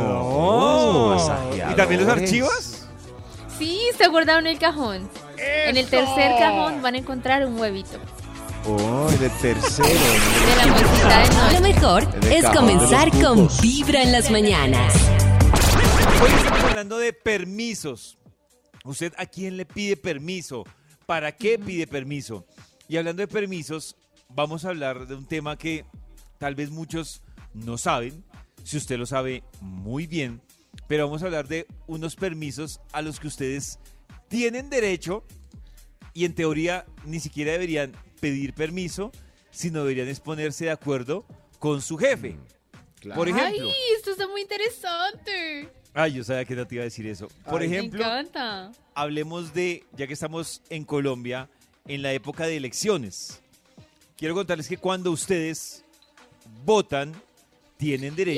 No. ¿Y también los archivos? Sí, se guardaron en el cajón. En el tercer cajón van a encontrar un huevito. Oh, de tercero. De la mesita de noche. Lo mejor El es cajón de comenzar los con cucos. Vibra en las mañanas. Hoy estamos hablando de permisos. ¿Usted a quién le pide permiso? ¿Para qué pide permiso? Y hablando de permisos, vamos a hablar de un tema que tal vez muchos no saben. Si usted lo sabe, muy bien. Pero vamos a hablar de unos permisos a los que ustedes tienen derecho y en teoría ni siquiera deberían pedir permiso, sino deberían es ponerse de acuerdo con su jefe. Claro. Por ejemplo, Ay, esto está muy interesante. ay, yo sabía que no te iba a decir eso. Por Ay. ejemplo, Me encanta. hablemos de, ya que estamos en Colombia, en la época de elecciones. Quiero contarles que cuando ustedes votan, tienen derecho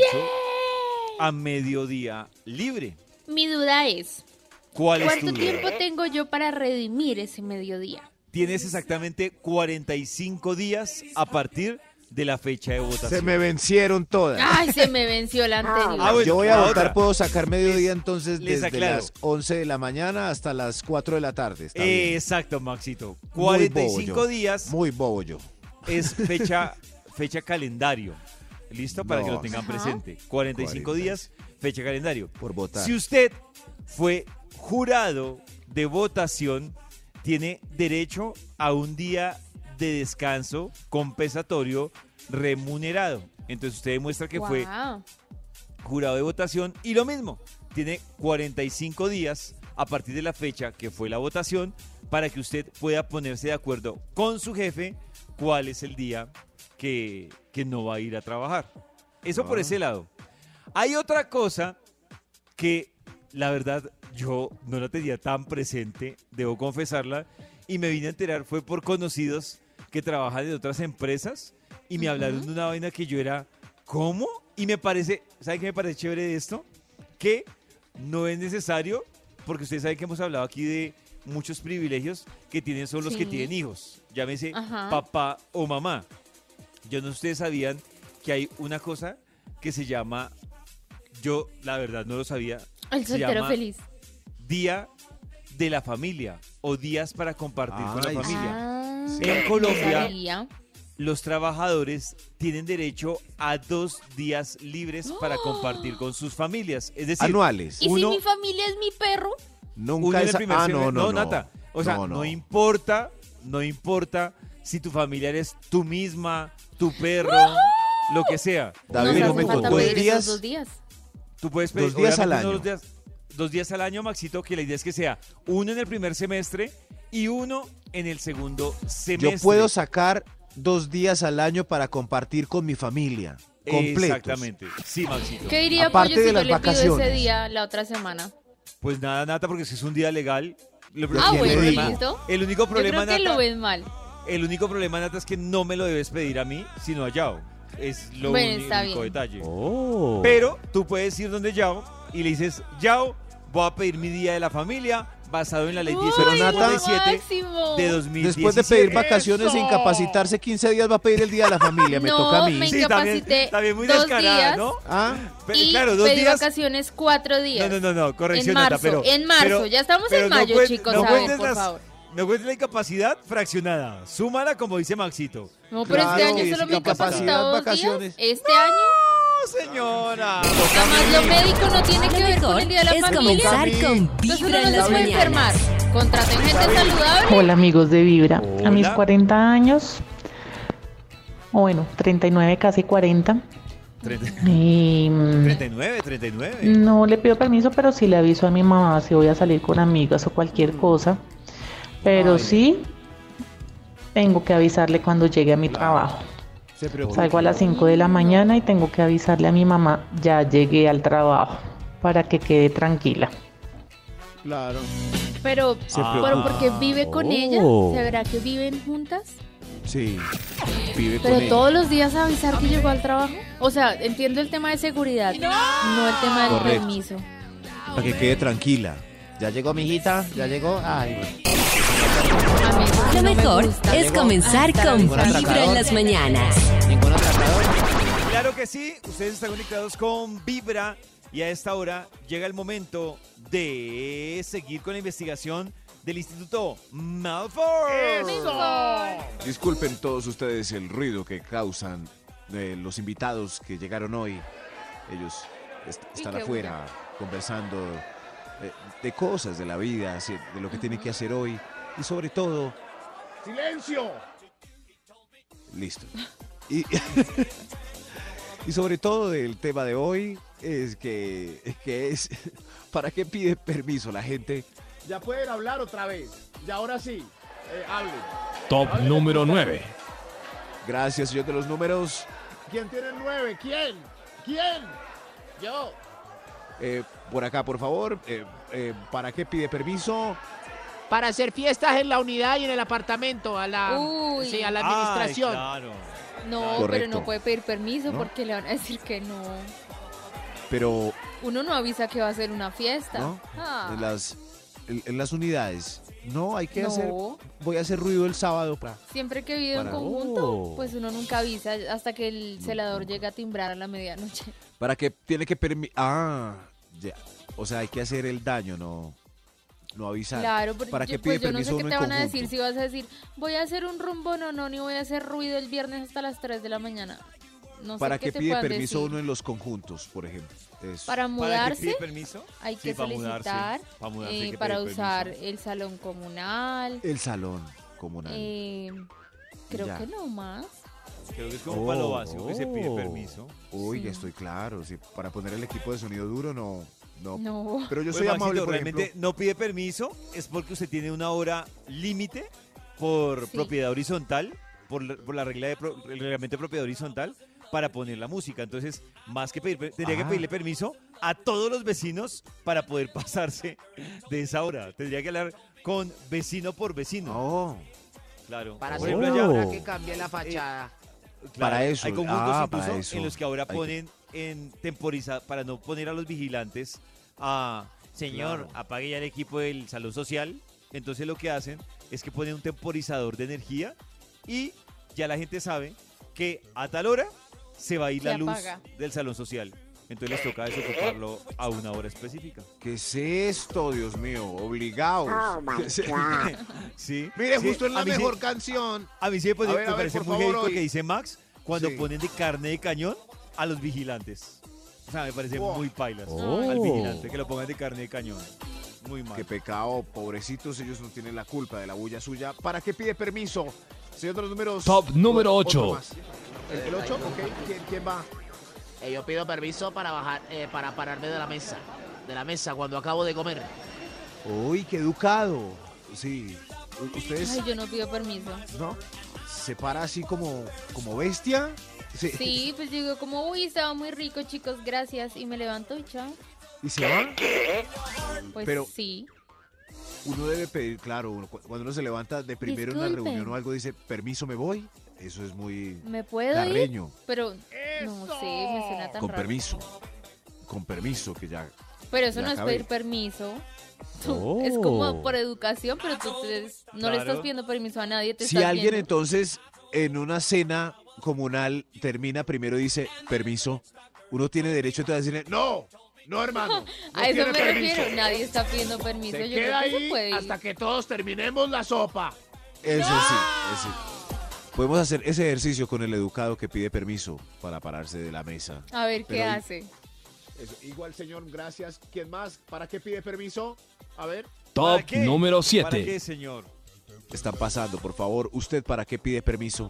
a mediodía libre. Mi duda es, ¿Cuál es tu ¿cuánto duda? tiempo tengo yo para redimir ese mediodía? Tienes exactamente cuarenta y cinco días a partir de la fecha de votación. Se me vencieron todas. Ay, se me venció la anterior. Ah, bueno, Yo voy a la votar, otra. puedo sacar mediodía entonces les desde aclaro. las once de la mañana hasta las cuatro de la tarde. Está bien. Exacto, Maxito. Muy cuarenta y bobo cinco yo. días Muy bobo yo. es fecha, fecha calendario. ¿Listo? Para No. que lo tengan Ajá. presente. cuarenta y cinco cuarenta. días, fecha calendario. Por votar. Si usted fue jurado de votación, tiene derecho a un día de descanso compensatorio remunerado. Entonces usted demuestra que fue Wow. jurado de votación y lo mismo, tiene cuarenta y cinco días a partir de la fecha que fue la votación para que usted pueda ponerse de acuerdo con su jefe cuál es el día que, que no va a ir a trabajar. Eso por Ah. ese lado. Hay otra cosa que la verdad yo no la tenía tan presente, debo confesarla, y me vine a enterar fue por conocidos que trabajan en otras empresas y me hablaron de una vaina que yo era, ¿cómo? Y me parece, ¿sabe qué me parece chévere de esto? Que no es necesario, porque ustedes saben que hemos hablado aquí de muchos privilegios que tienen solo los que Sí. tienen hijos, llámese Ajá. papá o mamá. Yo no sé si ustedes sabían que hay una cosa que se llama, yo la verdad no lo sabía, El se soltero llama feliz. Día de la Familia o días para compartir con Ay, la sí. familia. Ah, En no Colombia, sabía. los trabajadores tienen derecho a dos días libres para compartir con sus familias. Es decir, Anuales. ¿Y uno- si mi familia es mi perro? uno Nunca en el es... primer Ah, semestre- no, no, no. Nata. O sea, no, No, no. importa, no importa si tu familia eres tú misma, tu perro, lo que sea. David, Nos Pero no hace me tú falta contó. puedes- pedir días- esos dos días. Tú puedes pedir Dos días al obviamente no año. Dos días, dos días al año, Maxito, que la idea es que sea uno en el primer semestre y uno en el segundo semestre. Yo puedo sacar dos días al año para compartir con mi familia. Completos. Exactamente. Sí, Maxito. ¿Qué diría Aparte Pollo de si yo las le pido ese vacaciones. día la otra semana? Pues nada, Nata, porque si es un día legal. Lo- Ah, el bueno, problema- listo. El único Yo problema, creo que Nata, lo ven mal. el único problema, Nata, es que no me lo debes pedir a mí, sino a Yao. Es lo Bueno, uni- está único bien. detalle. Oh. Pero tú puedes ir donde Yao y le dices, Yao, voy a pedir mi día de la familia basado en la ley Uy, dieciocho cincuenta y siete máximo. de dos mil diecisiete. Después de pedir vacaciones e incapacitarse quince días, va a pedir el día de la familia. Me No, toca a mí. me Sí, también, incapacité también muy dos descarada, días ¿no? Ah, Pe- Y claro, dos pedí días. vacaciones cuatro días. No, no, no, no, corrección, En Nata, marzo, pero... en marzo. pero- Ya estamos pero en no mayo, cuen- chicos, no saben, cuentes por las- favor. No cuentes la incapacidad fraccionada. Súmala como dice Maxito. No, pero Claro, este año es solo me he incapacidad, incapacitado dos vacaciones. días. Este año, ¡No, señora! además lo médico no tiene que Lo ver con mejor el día de la es familia. comenzar con Entonces uno Vibra no en se las puede enfermar. mañanas. Contraten gente saludable. Hola amigos de Vibra, a mis Hola. cuarenta años, o bueno, treinta y nueve, casi cuarenta, treinta y mm, treinta y nueve, treinta y nueve. no le pido permiso, pero sí le aviso a mi mamá si voy a salir con amigas o cualquier cosa, pero Ay. sí tengo que avisarle cuando llegue a mi trabajo. Se preocupa. Salgo a las cinco de la mañana y tengo que avisarle a mi mamá, ya llegué al trabajo, para que quede tranquila. Claro. Pero, Se pero preocupa. porque vive con ella, Oh. ¿será que viven juntas? Sí. Vive Pero con ella. todos los días avisar que llegó al trabajo. O sea, entiendo el tema de seguridad, no, el tema del Correcto. permiso. Para que quede tranquila. Ya llegó mi hijita, ya llegó. Ay, Lo mejor es comenzar con Ningún Vibra en atracador. las mañanas. ningún atracador. Claro que sí, ustedes están conectados con Vibra y a esta hora llega el momento de seguir con la investigación del Instituto Malfoy. Disculpen todos ustedes el ruido que causan eh, los invitados que llegaron hoy. Ellos est- Y están qué afuera conversando eh, de cosas de la vida, así, de lo que tienen que hacer hoy y sobre todo... ¡Silencio! Listo. Y, y sobre todo el tema de hoy es que, que es ¿para qué pide permiso la gente? Ya pueden hablar otra vez. Y ahora sí, eh, hablen. Top número nueve. Gracias, señor de los números. ¿Quién tiene nueve? ¿Quién? ¿Quién? Yo. Eh, por acá, por favor. Eh, eh, ¿Para qué pide permiso? Para hacer fiestas en la unidad y en el apartamento, a la, Uy. sí, a la administración. Ay, claro. No, pero Correcto. no puede pedir permiso ¿No? porque le van a decir que no. Pero Uno no avisa que va a ser una fiesta. ¿no? Ah, en, las, en, en las unidades. No, hay que no. hacer... Voy a hacer ruido el sábado. Para... Siempre que vive en Para- conjunto, Oh. pues uno nunca avisa hasta que el celador llega a timbrar a la medianoche. ¿Para qué tiene que permitir? Ah, ya. O sea, hay que hacer el daño, no, no avisar. Claro, pero ¿Para yo, qué pues pide yo no sé permiso qué uno te en van a conjunto? decir si vas a decir, voy a hacer un rumbo, no, no, ni voy a hacer ruido el viernes hasta las tres de la mañana. No ¿Para sé qué qué te pide puedan permiso decir. uno en los conjuntos, por ejemplo? Eso. Para ¿Para qué mudarse pide permiso? hay Sí, que para mudarse. solicitar, Para mudarse hay eh, que para pedir usar permiso. el salón comunal. El salón comunal. eh, creo Ya. que no más. Creo que es como para lo básico que se pide Oh. permiso. Uy, ya Sí. estoy claro. Sí, para poner el equipo de sonido duro, no. No. No. Pero yo Pues, soy Maxito, amable, por realmente ejemplo. no pide permiso, es porque usted tiene una hora límite por Sí. propiedad horizontal, por, la- por la regla de pro- el reglamento de propiedad horizontal, para poner la música. Entonces, más que pedir, per- tendría Ah. que pedirle permiso a todos los vecinos para poder pasarse de esa hora. Tendría que hablar con vecino por vecino. Oh, Claro. Para Por hacer ejemplo, una allá, hora que cambie la fachada. claro, para eso. Hay conjuntos Ah, incluso para eso. en los que ahora Hay que- ponen en temporiza para no poner a los vigilantes a señor, Claro. apague ya el equipo del salón social. Entonces lo que hacen es que ponen un temporizador de energía y ya la gente sabe que a tal hora se va a ir Se la luz apaga. del salón social. Entonces les toca desocuparlo a una hora específica. ¿Qué es esto, Dios mío? Obligados. ¿Qué es- Sí. Mire, sí, justo en la a mí sí- mejor canción. A mí sí me, pone- A ver, me a ver, parece por muy favor, heavy lo que hoy. dice Max cuando Sí. ponen de carne de cañón a los vigilantes. O sea, me parece Oh. muy pailas Oh. al vigilante que lo pongan de carne de cañón. Muy mal. Qué pecado, pobrecitos, ellos no tienen la culpa de la bulla suya. ¿Para qué pide permiso? Señor de los números. Top número otro ocho. más. ¿El, el ocho? Ok. ¿Quién, quién va? Eh, yo pido permiso para bajar, eh, para pararme de la mesa. De la mesa cuando acabo de comer. Uy, qué educado. Sí. U- ¿Ustedes Ay, yo no pido permiso. no? ¿Se para así como, como bestia? Sí. Sí, pues yo digo como, uy, estaba muy rico, chicos, gracias. Y me levanto y chao. ¿Y se va? Pues Pero- sí. Uno debe pedir, claro, uno- cu- cuando uno se levanta de primero en una Disculpen. reunión o algo, dice, permiso, me voy. Eso es muy ¿Me puedo ir? carreño. Pero no sé, me suena tan Con raro. permiso. Con permiso, que ya. Pero eso Ya no es acabé. pedir permiso. Tú- Oh. Es como por educación, pero tú te- no le estás Claro. pidiendo permiso a nadie. Te Si estás alguien viendo. entonces en una cena comunal termina primero y dice, permiso, uno tiene derecho entonces a decirle, no, No, hermano. No A eso tiene me permiso. refiero. Nadie está pidiendo permiso. Se Yo queda creo que se ahí puede ir. hasta que todos terminemos la sopa. eso sí, ese. Podemos hacer ese ejercicio con el educado que pide permiso para pararse de la mesa. A ver qué Pero ahí- hace. Eso, igual, señor, gracias. ¿Quién más? ¿Para qué pide permiso? A ver. Top ¿Para qué? número ¿Para siete. qué, señor? Están pasando, por favor. ¿Usted para qué pide permiso?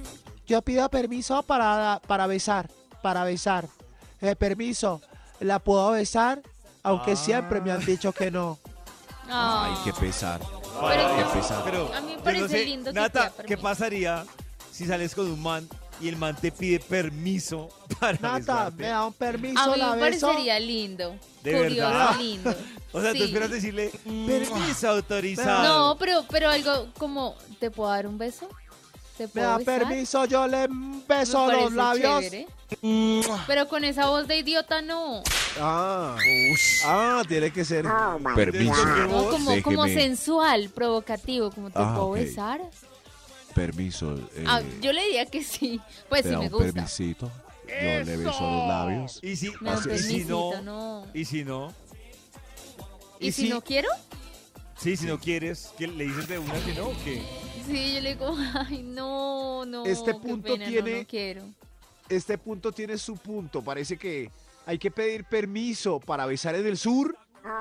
Yo pido permiso para, para besar, para besar. Eh, permiso, ¿la puedo besar? Aunque Ah. siempre me han dicho que no. Ay, Ah. qué pesar. Pero, Pero, a mí me yo parece no sé, lindo que Nata, pida ¿qué permiso. pasaría si sales con un man y el man te pide permiso para Nata, besarte? me da un permiso, A mí la me beso. parecería lindo. ¿De curioso, verdad? lindo. O sea, tú Sí. esperas decirle, permiso autorizado. No, pero, pero algo como, ¿te puedo dar un beso? ¿Te Me puedo da besar? permiso, yo le beso Me los parece labios. chévere. Pero con esa voz de idiota no. Ah, ah, tiene que ser permiso. No, como, como Déjeme. sensual, provocativo, como te Ah, puedo ok. besar. Permiso. eh, Ah, yo le diría que sí, pues ¿te sí da me un gusta. permisito? Yo le beso los labios. Y si, Me da un y si permisito, no, no. y si no, ¿Y si no quiero? sí, si no quieres, ¿qué le dices de una que no o qué? Sí, yo le digo, ay, no, no. Este qué punto pena, no, tiene- no quiero. Este punto tiene su punto. Parece que hay que pedir permiso para besar en el sur.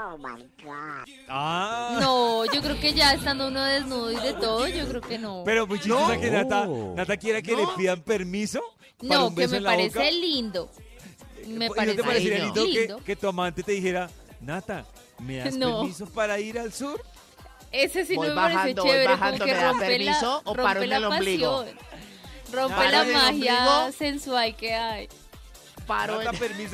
Ah. No, yo creo que ya estando uno desnudo y de todo, yo creo que no. Pero muy chistosa No. que Nata, Nata quiera que No. le pidan permiso para no, un que beso me en la parece boca. lindo. Me ¿Y no parece te parecería lindo, lindo. Que, que tu amante te dijera, Nata, ¿me das No. permiso para ir al sur? Ese sí Voy no me parece bajando, voy chévere, bajando, como que ¿me da rompe permiso la, o rompe paro en la el ombligo? pasión. Rompe ¿Paro la en el magia ombligo? sensual que hay. Paro ¿Nata, en... permiso?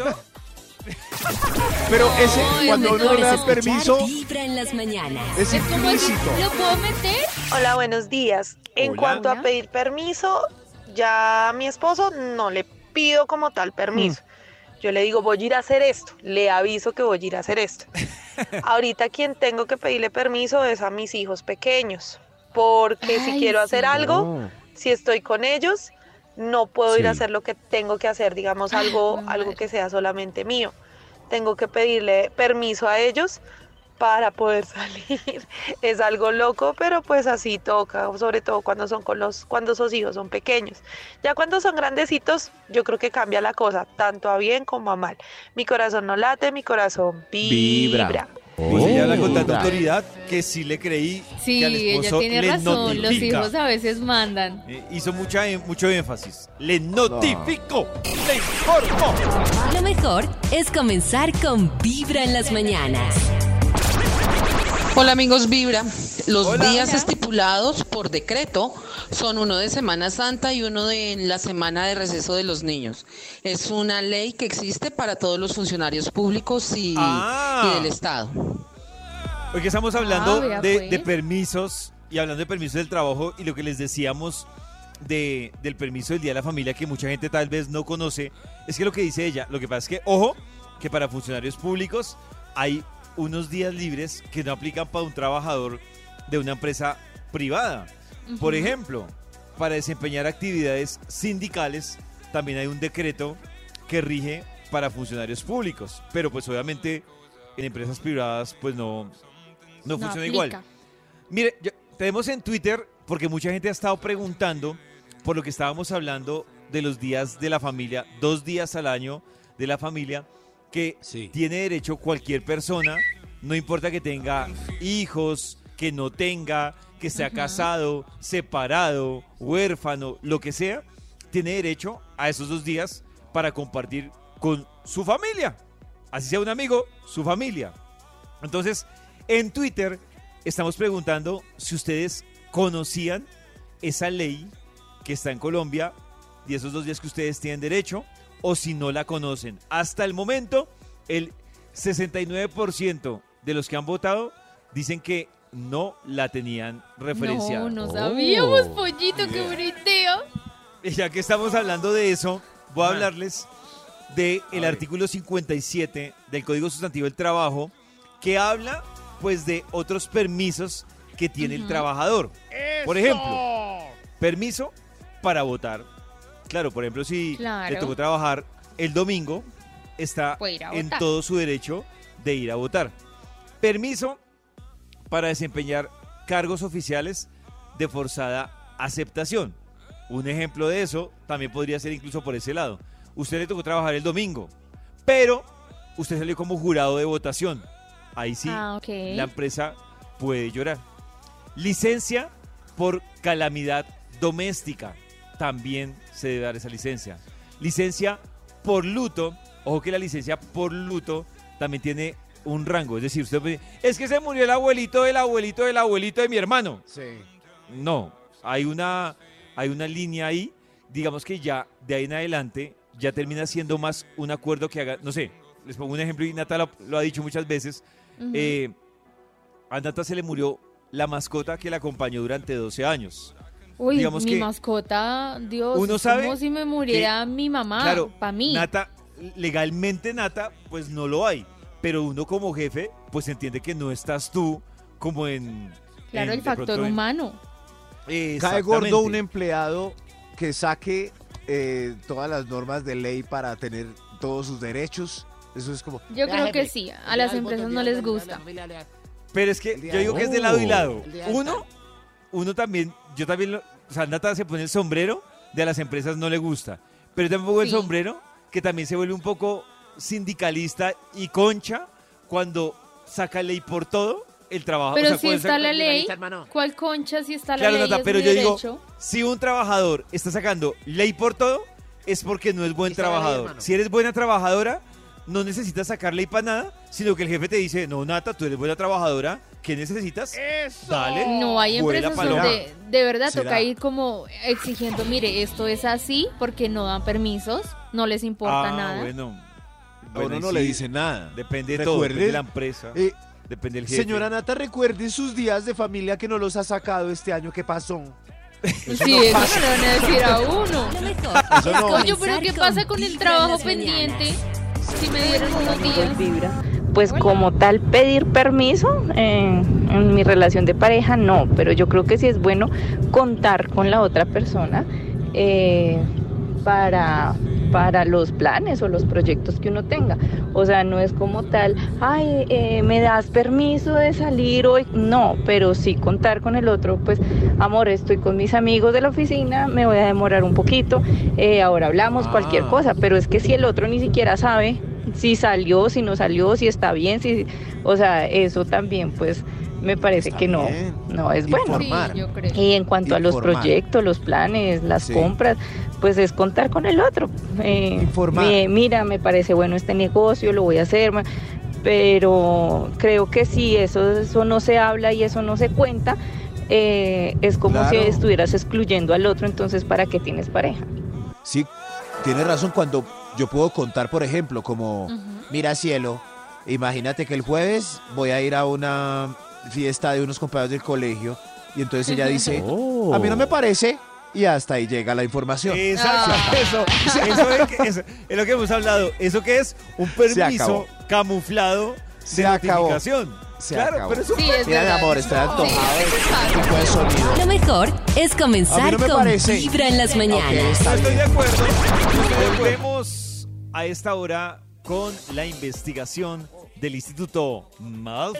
Pero ese, No, es cuando mejor uno le Es da escuchar permiso, Vibra en las mañanas. es Es como decir, implícito. ¿lo puedo meter? Hola, buenos días. En Hola. cuanto Hola. a pedir permiso, ya a mi esposo no le pido como tal permiso. Yo le digo, voy a ir a hacer esto. Le aviso que voy a ir a hacer esto. Ahorita quien tengo que pedirle permiso es a mis hijos pequeños. Porque si Ay, quiero hacer sí. algo, Oh. si estoy con ellos, no puedo ir a Sí. hacer lo que tengo que hacer, digamos, algo, Ay, algo madre. que sea solamente mío. Tengo que pedirle permiso a ellos para poder salir. Es algo loco, pero pues así toca, sobre todo cuando son con los, cuando esos hijos son pequeños. Ya cuando son grandecitos, yo creo que cambia la cosa, tanto a bien como a mal. Mi corazón no late, mi corazón vibra. Vibra. Pues ella habla con tanta Oh. autoridad que sí le creí Sí, que al ella esposo tiene le razón. Los notifica. hijos a veces mandan. Eh, hizo mucha, mucho énfasis. Le notifico, le informo. Lo mejor es comenzar con Vibra en las mañanas. Hola amigos Vibra, los Hola. días Hola. estipulados por decreto son uno de Semana Santa y uno de la semana de receso de los niños. Es una ley que existe para todos los funcionarios públicos y, Ah. y del Estado. Hoy que estamos hablando Ah, vea, de, pues. de permisos y hablando de permisos del trabajo y lo que les decíamos de, del permiso del Día de la Familia que mucha gente tal vez no conoce, es que lo que dice ella, lo que pasa es que, ojo, que para funcionarios públicos hay unos días libres que no aplican para un trabajador de una empresa privada. Por Ujú. ejemplo, para desempeñar actividades sindicales también hay un decreto que rige para funcionarios públicos, pero pues obviamente en empresas privadas pues no, no, No funciona aplica. igual. Mire, ya- tenemos en Twitter, porque mucha gente ha estado preguntando por lo que estábamos hablando de los días de la familia, dos días al año de la familia, que Sí. tiene derecho cualquier persona, no importa que tenga hijos, que no tenga, que sea Ujú. casado, separado, huérfano, lo que sea, tiene derecho a esos dos días para compartir con su familia. Así sea un amigo, su familia. Entonces, en Twitter estamos preguntando si ustedes conocían esa ley que está en Colombia y esos dos días que ustedes tienen derecho, o si no la conocen. Hasta el momento, el sesenta y nueve por ciento de los que han votado dicen que no la tenían referenciada. No, no sabíamos, Oh, pollito, qué bonito. Y ya que estamos hablando de eso, voy a hablarles del A ver. artículo cincuenta y siete del Código Sustantivo del Trabajo, que habla pues de otros permisos que tiene el Ujú. trabajador. Por ejemplo, permiso para votar. Claro, por ejemplo, si Claro. le tocó trabajar el domingo, está Puede ir a en votar. todo su derecho de ir a votar. Permiso para desempeñar cargos oficiales de forzada aceptación. Un ejemplo de eso también podría ser incluso por ese lado. Usted le tocó trabajar el domingo, pero usted salió como jurado de votación. Ahí sí, Ah, ok. la empresa puede llorar. Licencia por calamidad doméstica. También se debe dar esa licencia. Licencia por luto. Ojo que la licencia por luto también tiene un rango. Es decir, usted puede decir, es que se murió el abuelito del abuelito del abuelito de mi hermano. Sí. No, hay una, hay una línea ahí, digamos que ya de ahí en adelante ya termina siendo más un acuerdo que haga, no sé, les pongo un ejemplo y Nata lo, lo ha dicho muchas veces, uh-huh. eh, a Nata se le murió la mascota que la acompañó durante doce años. Uy, digamos mi que mascota, Dios, uno sabe como si me muriera que, mi mamá, claro, para mí. Nata, legalmente Nata, pues no lo hay, pero uno como jefe, pues entiende que no estás tú como en... Claro, en, el factor en, humano. Cae gordo un empleado que saque eh, todas las normas de ley para tener todos sus derechos. Eso es como... Yo creo que sí, a las empresas no les gusta. Pero es que yo digo que es de lado y lado. Uno, uno también, yo también, lo, o sea, Nata se pone el sombrero, de a las empresas no le gusta. Pero también pongo el sí. sombrero, que también se vuelve un poco sindicalista y concha cuando saca ley por todo. El trabajo. Pero o sea, si está la ley, ¿cuál concha si está la ley? Nata, es pero yo derecho. digo, si un trabajador está sacando ley por todo, es porque no es buen trabajador. Ley, si eres buena trabajadora, no necesitas sacar ley para nada, sino que el jefe te dice, no, Nata, tú eres buena trabajadora, ¿qué necesitas? Eso. Dale. No, hay empresas donde de verdad ¿Será? toca ir como exigiendo, mire, esto es así, porque no dan permisos, no les importa ah, nada. bueno. A uno no sí. le dice nada. Depende de todo, depende de la empresa. Eh, Depende del jefe. Señora Nata, recuerde sus días de familia que no los ha sacado este año que pasó. Eso sí, no eso no le van a decir a uno. Eso no. Coño, pero ¿qué pasa con el trabajo pendiente? Si me dieron unos días. Pues como tal pedir permiso en, en mi relación de pareja, no. Pero yo creo que sí es bueno contar con la otra persona eh, para... para los planes o los proyectos que uno tenga. O sea, no es como tal, ay, eh, ¿me das permiso de salir hoy? No, pero sí contar con el otro, pues, amor, estoy con mis amigos de la oficina, me voy a demorar un poquito, eh, ahora hablamos, ah. cualquier cosa, pero es que si el otro ni siquiera sabe si salió, si no salió, si está bien, si, o sea, eso también, pues, me parece está que no, bien. no es bueno. Sí, yo creo. Y en cuanto Informar. a los proyectos, los planes, las sí. compras, pues es contar con el otro. Eh, Informar. Me, mira, me parece bueno este negocio, lo voy a hacer, pero creo que si eso, eso no se habla y eso no se cuenta, eh, es como claro. si estuvieras excluyendo al otro, entonces ¿para qué tienes pareja? Sí, tiene razón cuando yo puedo contar, por ejemplo, como, uh-huh. mira cielo, imagínate que el jueves voy a ir a una fiesta de unos compañeros del colegio y entonces ella dice, oh. a mí no me parece, y hasta ahí llega la información. Exacto, ah. eso, eso, es que, eso es lo que hemos hablado, eso que es un permiso camuflado de Se notificación. Acabó. Se claro, acabó. pero eso sí, es mira, mi amor, estoy antojado. Sí, lo mejor es comenzar no con parece. Vibra en las mañanas. Okay, estoy de acuerdo. Volvemos a esta hora con la investigación del Instituto Malfoy.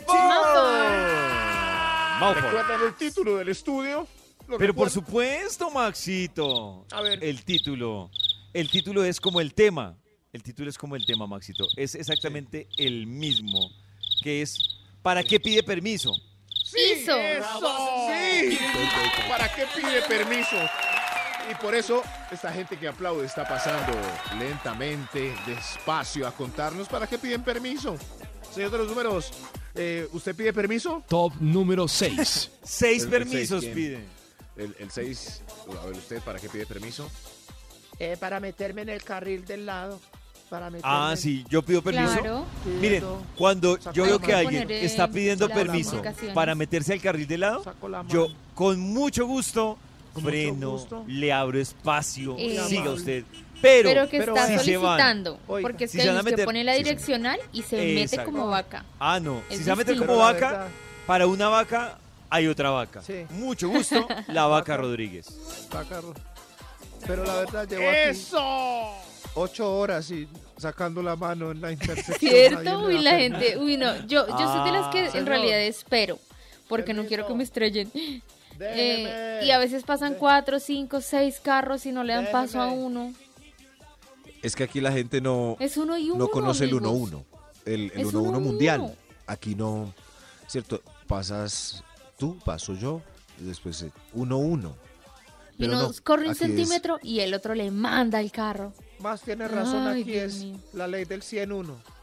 ¿Recuerdan el título del estudio? Pero recuerdo? Por supuesto, Maxito. A ver. El título. El título es como el tema. El título es como el tema, Maxito. Es exactamente sí. el mismo. Que es, ¿para qué pide permiso? Sí, eso. Sí. ¿Para qué pide permiso? Y por eso esta gente que aplaude está pasando lentamente, despacio, a contarnos para qué piden permiso. Señor de los números, eh, ¿usted pide permiso? Top número seis. Seis el, permisos el seis, pide. El seis, a ver usted, ¿para qué pide permiso? Eh, para meterme en el carril del lado. Para meterme. Ah, sí, yo pido permiso. Claro. Miren, cuando yo veo que alguien está pidiendo la permiso para meterse al carril de lado, yo con mucho gusto freno, gusto. le abro espacio, eh, siga usted. Pero, pero que pero está si solicitando, van, porque es si que usted meter, pone la direccional sí, y se exacto. mete como vaca. Ah, no, es si se va a meter como vaca, verdad. Para una vaca hay otra vaca. Sí. Mucho gusto, la vaca, vaca Rodríguez. Vaca, pero la verdad llevo ¡eso! Aquí ocho horas y sacando la mano en la intersección. ¿Cierto? Uy, la gente, uy, no, yo, yo ah, soy de las que señor. En realidad espero, porque Permiso. No quiero que me estrellen. Eh, y a veces pasan cuatro, cinco, seis carros y no le dan Déjeme. Paso a uno. Es que aquí la gente no, es uno y uno, no conoce amigos. el uno uno, el, el uno uno uno mundial. Uno. Aquí no, ¿cierto? Pasas tú, paso yo, y después uno uno. Y uno no, corre un centímetro es... y el otro le manda el carro. Más tiene razón, Ay, aquí Dios es mío. La ley del cien uno.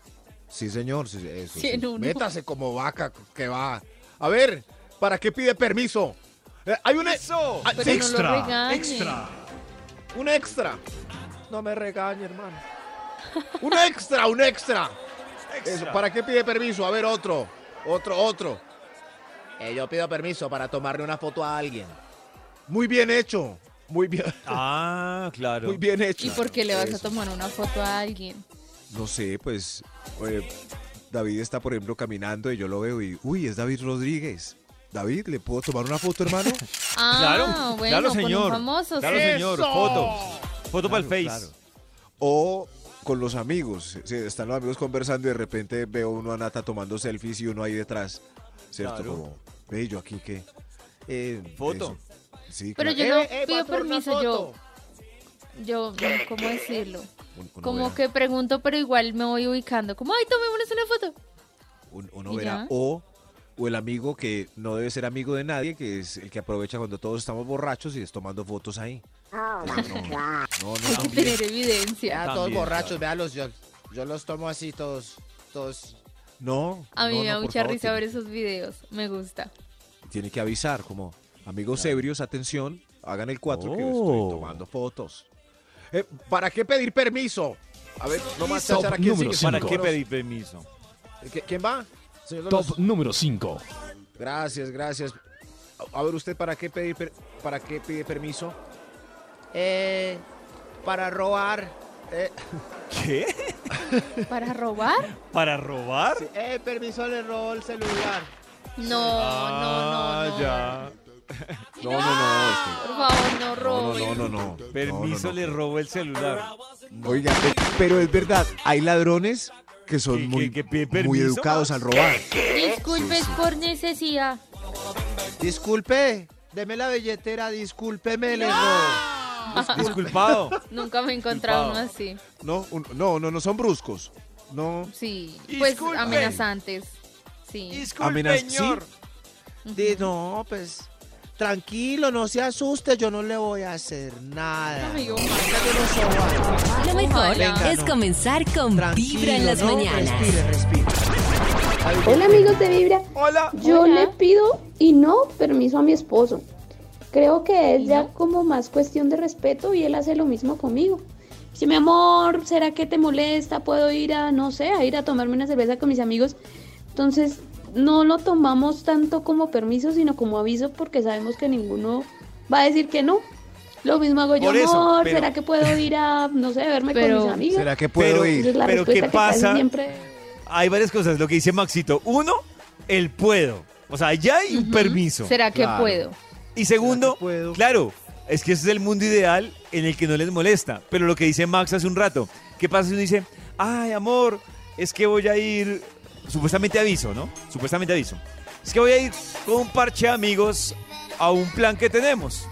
Sí, señor. Sí, eso, cien sí. uno. Métase como vaca que va. A ver, ¿para qué pide permiso? Eh, hay un Eso. Ah, Pero sí, no lo extra, regañe. extra. Un extra. No me regañe, hermano. Un extra, un extra. Extra. Eso, ¿para qué pide permiso? A ver, otro. Otro, otro. Eh, yo pido permiso para tomarle una foto a alguien. Muy bien hecho. Muy bien. Ah, claro. Muy bien hecho. ¿Y por qué le vas Eso. a tomar una foto a alguien? No sé, pues eh, David está, por ejemplo, caminando y yo lo veo y, uy, es David Rodríguez. David, ¿le puedo tomar una foto, hermano? Ah, Claro, bueno, claro, con un señor. famoso, Claro, sí. señor. Foto. Foto para el Face. Claro. O con los amigos. Sí, están los amigos conversando y de repente veo uno a Nata tomando selfies y uno ahí detrás. ¿Cierto? Claro. Como, ve yo aquí que... Eh, Foto. eso. Sí, Pero claro. yo no Eh, eh, pido patrón, una permiso, yo, foto. yo, ¿cómo decirlo? Un- uno Como verá, que pregunto, pero igual me voy ubicando. Como, ay, tomémonos una foto. un- uno ¿Y verá. ya? O, o el amigo que no debe ser amigo de nadie, que es el que aprovecha cuando todos estamos borrachos y es tomando fotos ahí. No, no, no, no, Hay que también. tener evidencia. Ya, todos También, borrachos, claro. véalos, yo, yo los tomo así todos, todos. No, A mí no, me da no, por mucha favor, risa tiene- ver esos videos. Me gusta. Tiene que avisar, como amigos ebrios, atención, hagan el cuatro que Oh. estoy tomando fotos. Eh, ¿Para qué pedir permiso? A ver, no más Top chachara, ¿quién número sigue? ¿Para cinco. qué pedir permiso? ¿Qui- ¿Quién va? Señor de Top los- número cinco. Gracias, gracias. A, a ver, ¿usted para qué pedir per- para qué pide permiso? Eh, para robar. Eh, ¿Qué? ¿Para robar? ¿Para robar? eh, permiso, le robo el celular. No, Ah, no, no, no. ya. No, no, no. este- Por favor, no No, roben. no, no, no, no. Permiso, No, no, le no. robo el celular. Oiga, eh, pero es verdad, hay ladrones que son ¿Que- muy, que- que piden muy permiso, educados Max? al robar. Disculpes por necesidad. Disculpe, deme la billetera, discúlpeme, le robo. Disculpado. Nunca me he encontrado uno Disculpado. así. No, un- no, no, no son bruscos. No. Sí, pues Disculpe. amenazantes. Sí. Disculpe, Amenaz- señor. Di, no, pues, tranquilo, no se asuste, yo no le voy a hacer nada. Amigo, Yo no soy- Lo mejor Ojalá. es comenzar con Tranquilo, Vibra en las ¿no? mañanas. Respire, respire. Hola amigos de Vibra, Hola. yo Hola. le pido y no permiso a mi esposo. Creo que es ya como más cuestión de respeto y él hace lo mismo conmigo. Si mi amor, ¿será que te molesta? Puedo ir a, no sé, a ir a tomarme una cerveza con mis amigos. Entonces no lo tomamos tanto como permiso, sino como aviso porque sabemos que ninguno va a decir que no. Lo mismo hago yo, Por eso, amor, pero- ¿será que puedo ir a, no sé, verme Pero- con mis amigos? ¿Será que puedo Pero- ir? Entonces la pero respuesta ¿qué que casi pasa? siempre... Hay varias cosas. Lo que dice Maxito. Uno, el puedo. O sea, ya hay un permiso. ¿Será que Claro. puedo? Y segundo, ¿Será que puedo? claro, es que ese es el mundo ideal en el que no les molesta. Pero lo que dice Max hace un rato, ¿qué pasa si uno dice, ay, amor, es que voy a ir, supuestamente aviso, ¿no? Supuestamente aviso. Es que voy a ir con un parche de amigos a un plan que tenemos.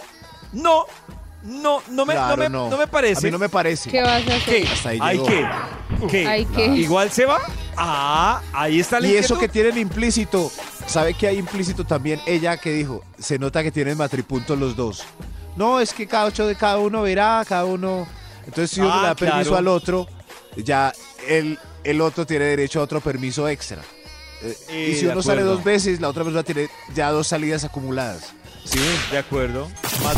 No, no, no me, Claro, no me, no. no me parece. A mí no me parece. ¿Qué vas a hacer? ¿Qué? Hasta ahí ¿Hay llegó. qué? ¿Qué? ¿Hay qué? ¿Igual se va? Ah, ahí está la Y eso que inquietud. tienen implícito, ¿sabe que hay implícito también? Ella que dijo, se nota que tienen matripuntos los dos. No, es que cada ocho de cada uno verá, cada uno... Entonces si uno Ah, le da permiso claro. al otro, ya el, el otro tiene derecho a otro permiso extra. Eh, Eh, y si de uno sale acuerdo. dos veces, la otra persona tiene ya dos salidas acumuladas. ¿Sí? De acuerdo.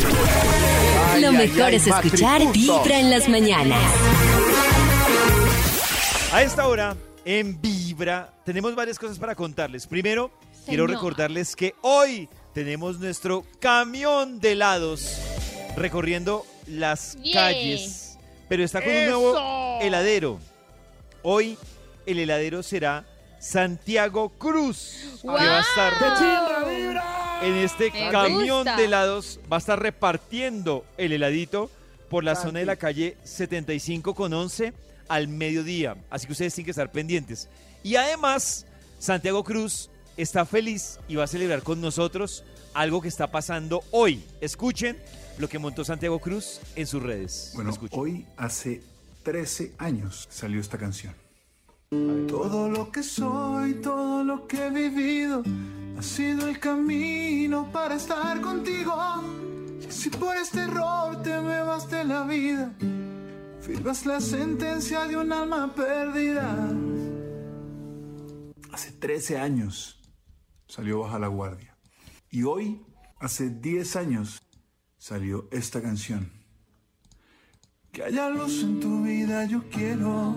Ay, Lo ay, mejor ay, es escuchar matripuntos. Vibra en las mañanas. A esta hora, en Vibra, tenemos varias cosas para contarles. Primero, quiero Señor. recordarles que hoy tenemos nuestro camión de helados recorriendo las Bien. calles. Pero está con un nuevo heladero. Hoy el heladero será Santiago Cruz, que va a estar en este Me camión gusta. de helados. Va a estar repartiendo el heladito por la zona de la calle setenta y cinco con once al mediodía. Así que ustedes tienen que estar pendientes. Y además, Santiago Cruz está feliz y va a celebrar con nosotros algo que está pasando hoy. Escuchen lo que montó Santiago Cruz en sus redes. Bueno, Escuchen. hoy hace trece años salió esta canción. Todo lo que soy, todo lo que he vivido, ha sido el camino para estar contigo. Si por este error te me vas de la vida, firmas la sentencia de un alma perdida. Hace trece años salió Baja la Guardia. Y hoy, hace diez años, salió esta canción. Que haya luz en tu vida, yo quiero.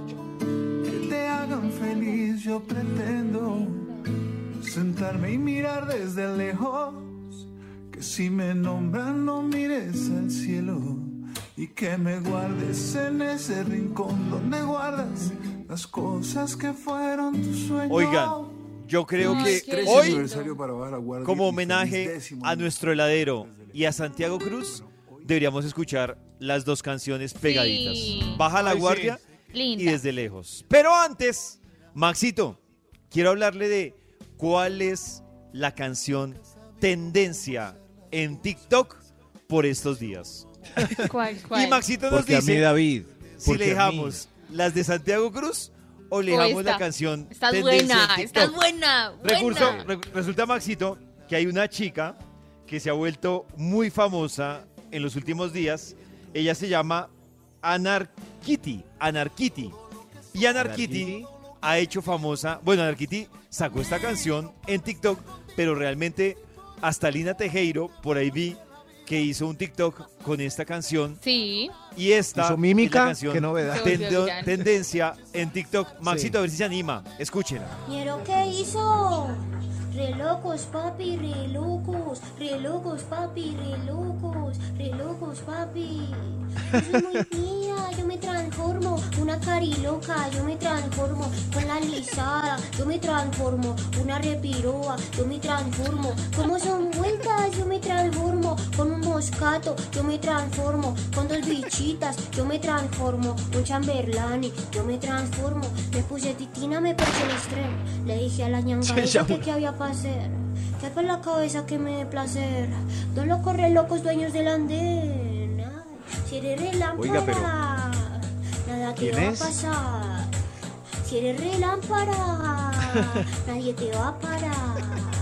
Que te hagan feliz, yo pretendo. Sentarme y mirar desde lejos. Que si me nombran, no mires al cielo. Y que me guardes en ese rincón donde guardas las cosas que fueron tus sueños. Oigan, yo creo Ay, que qué hoy, aniversario para Baja la Guardia como y homenaje feliz décimo a nuestro heladero y a Santiago Cruz, deberíamos escuchar las dos canciones pegaditas. Sí. Baja la Ay, sí. Guardia Linda. y Desde Lejos. Pero antes, Maxito, quiero hablarle de cuál es la canción tendencia en TikTok por estos días. ¿Cuál, cuál? Y Maxito nos Porque a dice mí, David. si porque le a mí. dejamos las de Santiago Cruz o le O dejamos esta. la canción Estás tendencia buena, en estás TikTok. buena, buena. Recurso, re- resulta, Maxito, que hay una chica que se ha vuelto muy famosa en los últimos días. Ella se llama Anarkiti. Anarkiti. Y Anarkiti ha hecho famosa. Bueno, Anarkiti sacó esta canción en TikTok, pero realmente hasta Lina Tejero, por ahí vi que hizo un TikTok con esta canción. Sí. Y esta ¿Hizo mímica? es la canción Qué novedad. Se volvió tendo- viral. tendencia en TikTok. Maxito, Sí. a ver si se anima. Escúchenla. ¿Pero qué hizo? Re locos, papi, re locos, re locos, papi, re locos, re locos, papi. Yo soy muy mía, yo me transformo, una cariloca, yo me transformo, con la lisada, yo me transformo, una repiroa, yo me transformo, como son vueltas, yo me transformo, con un moscato, yo me transformo, con dos bichitas, yo me transformo, un chamberlani, yo me transformo, me puse titina, me puse el estreno, le dije a la ñanga Se esa llama- que qué había para hacer, que por la cabeza que me dé placer, dos locos re locos dueños del andén, ay, si eres re lámpara, Oiga, pero- nada te ¿quién va es? a pasar, si eres re lámpara, nadie te va a parar,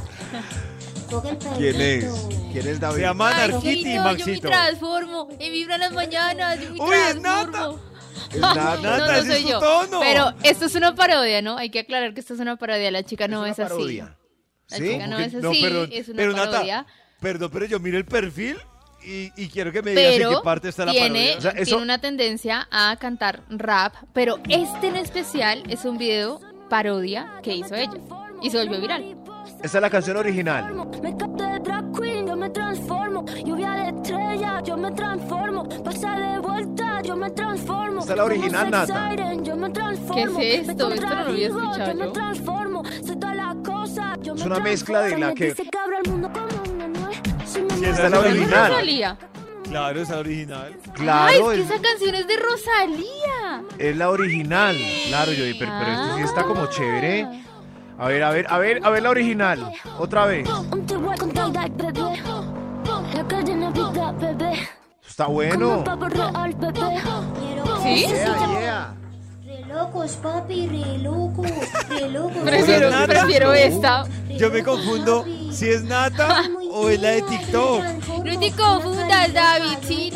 coge el ¿Quién es? perrito. ¿Quién es David? Se llama Anarkiti, Maxito, yo me Maxito. transformo, me vibra en las mañanas, yo me Uy, es transformo. Es Nata. No, no Nata, ese soy es su yo. tono. Pero esto es una parodia, ¿no? Hay que aclarar que esto es una parodia. La chica no es, una así. parodia. La ¿Sí? chica no ¿Cómo es que- así, perdón, es una pero Nata, parodia. perdón, pero yo miro el perfil y, y quiero que me digas en Pero qué parte está la tiene, parodia. O sea, eso- tiene una tendencia a cantar rap, pero este en especial es un video parodia que hizo ella y se volvió viral. Esa es la canción original. Me capté de drag queen, yo me transformo. Lluvia de estrella, yo me transformo. Pasa de vuelta, yo me transformo. Esta es la original, Como sex Nata. siren, yo me transformo. ¿Qué es esto? Me Esto no lo había contradigo, escuchado yo. me yo. transformo. Soy toda la cosa, yo Es me una mezcla de transformo. la que- Dice que abro el mundo como una nuez. Si me Sí, muevo, esa es la yo me original. Rosalía. Claro, esa es la original. Claro, Ay, es que es, esa canción es de Rosalía. es la original. Claro, yo pero, pero esto sí está como chévere. A ver, a ver, a ver, a ver la original. Otra vez. Un tigre con Taiga, bebé. La calle Navidad, bebé. Está Como bueno. un pavo real, bebé. ¿Sí? Yeah, yeah. Re locos, papi, re locos, re locos. Prefiero, Nata. prefiero esta. Yo me confundo si es Nata o es la de TikTok. No te confundas, Davidcito.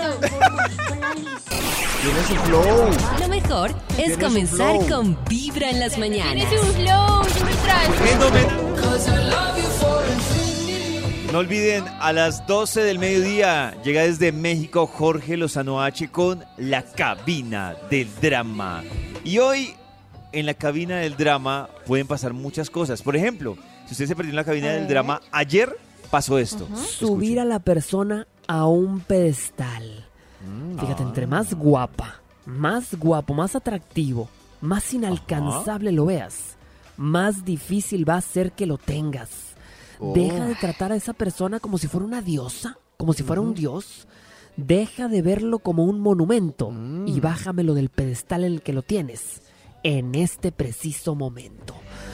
Tiene su flow. Lo mejor es Tiene su comenzar flow. con Vibra en las mañanas. Tiene su flow, yo me transformo. No olviden, a las doce del mediodía llega desde México Jorge Lozano H con La Cabina del Drama. Y hoy, en La Cabina del Drama, pueden pasar muchas cosas. Por ejemplo, si usted se perdió en La Cabina del Drama, ayer pasó esto. Subir a la persona a un pedestal. Fíjate, entre más guapa, más guapo, más atractivo, más inalcanzable lo veas, más difícil va a ser que lo tengas. Oh. Deja de tratar a esa persona como si fuera una diosa, como si fuera un dios. Deja de verlo como un monumento y bájamelo del pedestal en el que lo tienes en este preciso momento.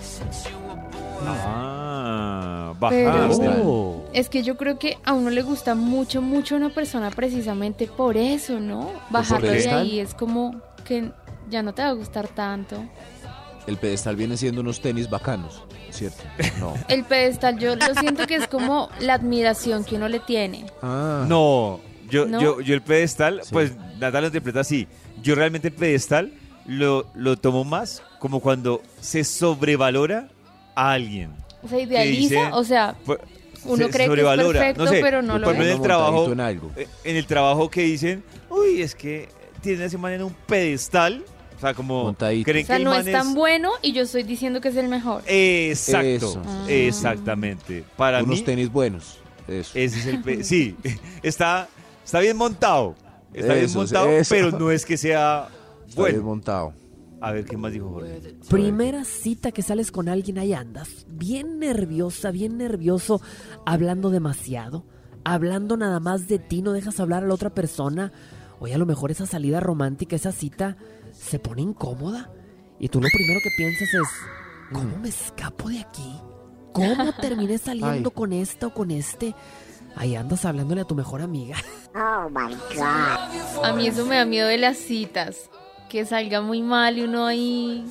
Ah, Pero bajar. es que yo creo que a uno le gusta mucho, mucho una persona precisamente por eso, ¿no? Bajarlo de pedestal? ahí es como que ya no te va a gustar tanto. El pedestal viene siendo unos tenis bacanos, ¿cierto? No. El pedestal yo lo siento que es como la admiración que uno le tiene. Ah. No, yo, ¿No? yo, yo el pedestal, pues Natalia lo interpreta así. Yo realmente el pedestal lo, lo tomo más como cuando se sobrevalora a alguien. Se idealiza, dice, o sea, pues, uno se cree que es sobrevalora. perfecto, No sé, pero no por lo ejemplo, en es. el trabajo, en algo. eh, en el trabajo que dicen, uy, es que tiene a ese man en un pedestal, o sea, como Montadito. creen O sea, que el no man es tan bueno y yo estoy diciendo que es el mejor. Exacto, Eso. Ah. exactamente. Para Unos mí, tenis buenos. Eso. ese es el pe- sí, está, está bien montado, está bien Eso, montado, eso. pero no es que sea Está bueno. bien montado. A ver, ¿qué más dijo Jorge? Primera cita que sales con alguien, ahí andas, bien nerviosa, bien nervioso, hablando demasiado, hablando nada más de ti, no dejas hablar a la otra persona. Oye, a lo mejor esa salida romántica, esa cita, se pone incómoda. Y tú lo primero que piensas es, ¿cómo me escapo de aquí? ¿Cómo terminé saliendo Ay. con esta o con este? Ahí andas hablándole a tu mejor amiga. Oh my God. A mí eso me da miedo de las citas. Que salga muy mal y uno ahí...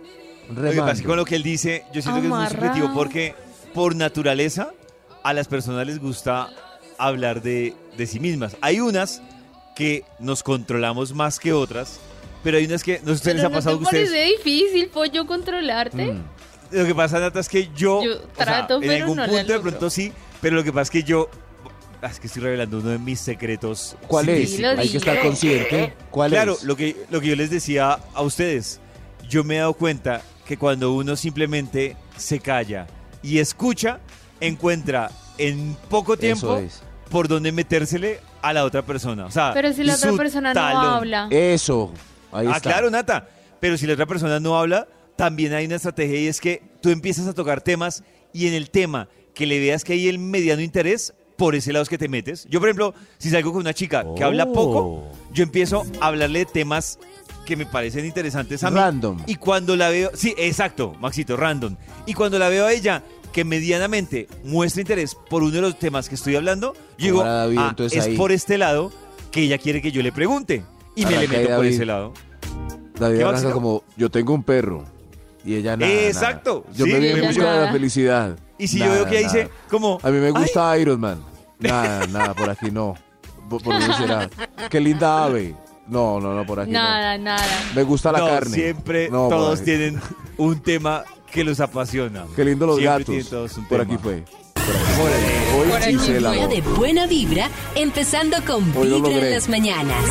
Lo que pasa es que con lo que él dice, yo siento que es muy Amarrado. subjetivo porque por naturaleza a las personas les gusta hablar de, de sí mismas. Hay unas que nos controlamos más que otras, pero hay unas que no sé si a ustedes les Pero ha ¿no pasado te que ustedes... parece difícil, pollo, controlarte? Mm. Lo que pasa, Nata, es que yo, Yo o sea, trato, en pero algún no le punto de logro. pronto sí, pero lo que pasa es que yo... ah, Es que estoy revelando uno de mis secretos. ¿Cuál es? psíquicos. Hay que estar consciente. ¿Cuál Claro, es? lo que, lo que yo les decía a ustedes, yo me he dado cuenta que cuando uno simplemente se calla y escucha, encuentra en poco tiempo Eso es. por dónde metérsele a la otra persona. O sea, Pero si la y otra su persona no talón. habla. Eso. Ahí Ah, está. claro, Nata. Pero si la otra persona no habla, también hay una estrategia y es que tú empiezas a tocar temas y en el tema que le veas que hay el mediano interés, por ese lado es que te metes. Yo, por ejemplo, si salgo con una chica que habla poco, yo empiezo a hablarle de temas que me parecen interesantes a mí. Random. Y cuando la veo, sí, exacto, Maxito, random. Y cuando la veo a ella que medianamente muestra interés por uno de los temas que estoy hablando, yo digo, Ahora, David, ah, entonces es ahí- por este lado que ella quiere que yo le pregunte. Y me Arranca le ahí, meto por David. ese lado. David ¿Qué, arranca Maxito? como, yo tengo un perro. Y ella nada, Exacto, nada. Yo sí, me vi en ella busca de nada. la felicidad. Y si yo Nada, veo que ella nada. dice, como, A mí me "Ay, gusta Iron Man. Nada, nada, por aquí no. ¿Por, por dónde será? Qué linda ave. No, no, no, por aquí Nada, nada. no. Me gusta la no, carne. siempre No, por todos aquí. tienen un tema que los apasiona. Qué lindo los Siempre gatos. tienen todos un Por tema. aquí fue. Por aquí fue. Hoy Por sí aquí se la Día de buena vibra, empezando con Hoy lo Vibra en logré. las mañanas.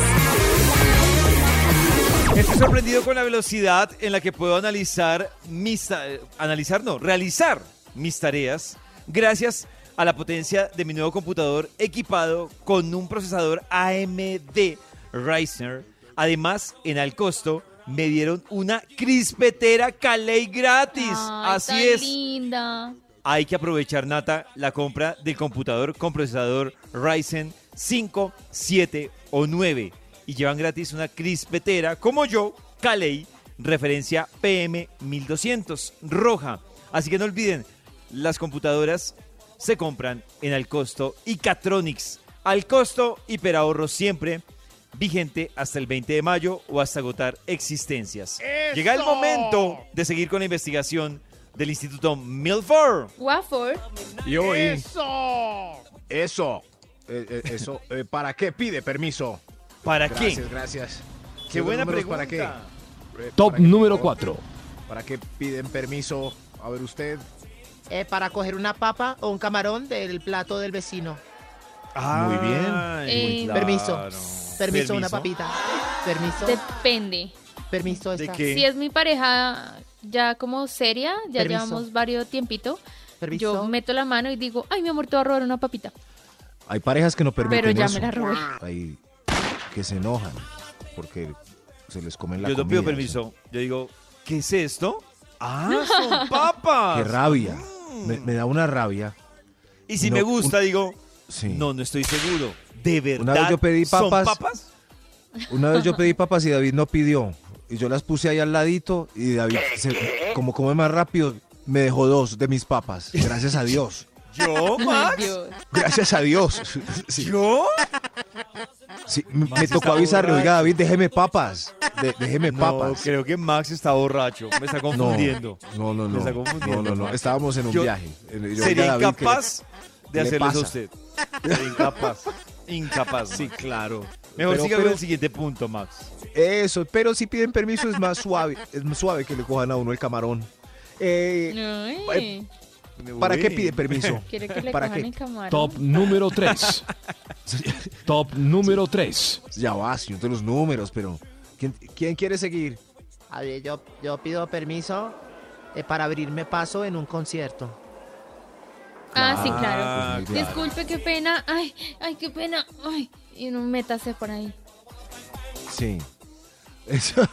Estoy sorprendido con la velocidad en la que puedo analizar mis ta- eh, analizar no, realizar mis tareas gracias a la potencia de mi nuevo computador equipado con un procesador A M D Ryzen. Además, en al costo me dieron una crispetera Calais gratis. Ay, Así tan es. linda. Hay que aprovechar, Nata, la compra del computador con procesador Ryzen cinco, siete o nueve. Y llevan gratis una crispetera, como yo, Calais, referencia P M mil doscientos, roja. Así que no olviden, las computadoras se compran en Al Costo y Catronics. Al Costo, hiperahorro siempre, vigente hasta el veinte de mayo o hasta agotar existencias. Llega el momento de seguir con la investigación del Instituto Milford. Waffle. Y hoy, ¡Eso! eso, eh, eh, eso, eh, ¿para qué pide permiso? ¿Para Gracias, qué? gracias. Qué Esos buena números, pregunta. ¿Para qué? Eh, Top ¿para qué, número por cuatro. favor? ¿Para qué piden permiso? A ver usted. Eh, para coger una papa o un camarón del plato del vecino. Muy bien. Eh, Permiso. Permiso, una ¿Permiso? papita. Permiso. Depende. Permiso ¿De esta. qué? Si es mi pareja ya como seria, ya Permiso. llevamos varios tiempito, Permiso. yo meto la mano y digo, ay, mi amor, te voy a robar una papita. Hay parejas que no permiten Pero ya eso. me la robé. Hay que se enojan porque se les comen la Yo no comida. pido permiso. Yo digo, ¿qué es esto? ¡Ah, son papas! Qué rabia. Mm. Me, me da una rabia. Y si No, me gusta, un- digo, Sí. no, no estoy seguro. ¿De verdad Una vez yo pedí son papas. papas? Una vez yo pedí papas y David no pidió. Y yo las puse ahí al ladito y David, se- como come más rápido, me dejó dos de mis papas. Gracias a Dios. ¿Yo, Max? Dios. Gracias a Dios. Sí, ¿Yo? sí, me Max me está tocó avisarle, borracho. oiga David, déjeme papas. De- déjeme No, papas. creo que Max está borracho. Me está confundiendo. No, no, Me no. está confundiendo. No, no, no. Max. Estábamos en un Yo viaje. Yo, oiga, Sería David, ¿qué le- incapaz de qué le hacerle eso a pasa? usted. Sería incapaz. Incapaz. Sí, Max. claro. Mejor Pero- siga con pero- el siguiente punto, Max. Eso, pero si piden permiso es más suave. Es más suave que le cojan a uno el camarón. Eh, Ay. eh, ¿Para qué pide permiso? ¿Quiere que le ¿Para cojan qué? el camarón? Top número tres. Top número tres. Ya va, señor de los números, pero ¿quién, quién quiere seguir? A ver, yo, yo pido permiso eh, para abrirme paso en un concierto. Ah, sí, Ah, claro. claro. Disculpe, qué pena. Ay, ay, qué pena. Ay, y no métase por ahí. Sí. Eso-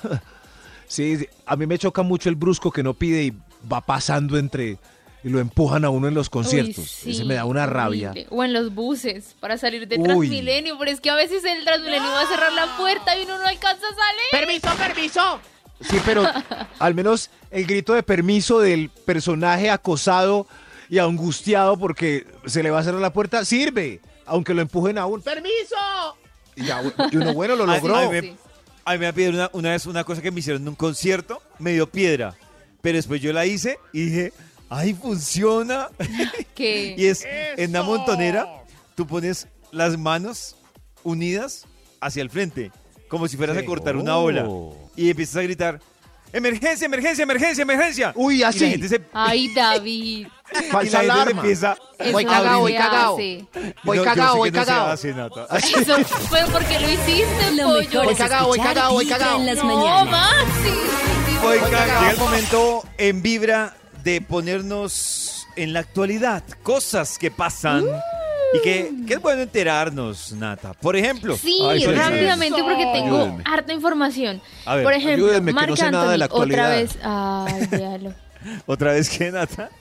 sí, sí. A mí me choca mucho el brusco que no pide y va pasando entre... Y lo empujan a uno en los conciertos. Uy, sí, Ese me da una rabia. horrible. O en los buses para salir de Uy. Transmilenio, pero es que a veces el Transmilenio va a cerrar la puerta y uno no alcanza a salir. ¡Permiso, permiso! Sí, pero al menos el grito de permiso del personaje acosado y angustiado porque se le va a cerrar la puerta sirve, aunque lo empujen a un... ¡Permiso! Y, ya, y uno, bueno, lo A- logró. A, mí, me- a mí me pidieron una, una vez una cosa que me hicieron en un concierto, me dio piedra. Pero después yo la hice y dije, ¡ay, funciona! ¿Qué? Y es en una montonera, tú pones las manos unidas hacia el frente, como si fueras Sí. a cortar una ola. Y empiezas a gritar, ¡emergencia, emergencia, emergencia, emergencia! Uy, Y así. la gente se, Ay, David. Falsa y la gente se alarma. empieza Eso Voy no cagao, se voy cagao. hace. Voy No, yo cagao, sé voy que no se cagao. hace, Nata. Eso fue porque lo hiciste, Lo pollo. mejor Voy es cagao, voy escuchar cagao, voy Vibra cagao. en las No, mañanas. Maxi. Voy Voy cagao. cagao. Llega el momento en Vibra de ponernos en la actualidad cosas que pasan y que, que es bueno enterarnos, Nata. Por ejemplo, Sí, Ay, sí, rápidamente porque tengo Ayúdenme. harta información. A ver, Por ejemplo, ayúdenme, que Marc no sé nada de la Anthony, otra actualidad. vez. Ay, véalo. otra vez que Nata,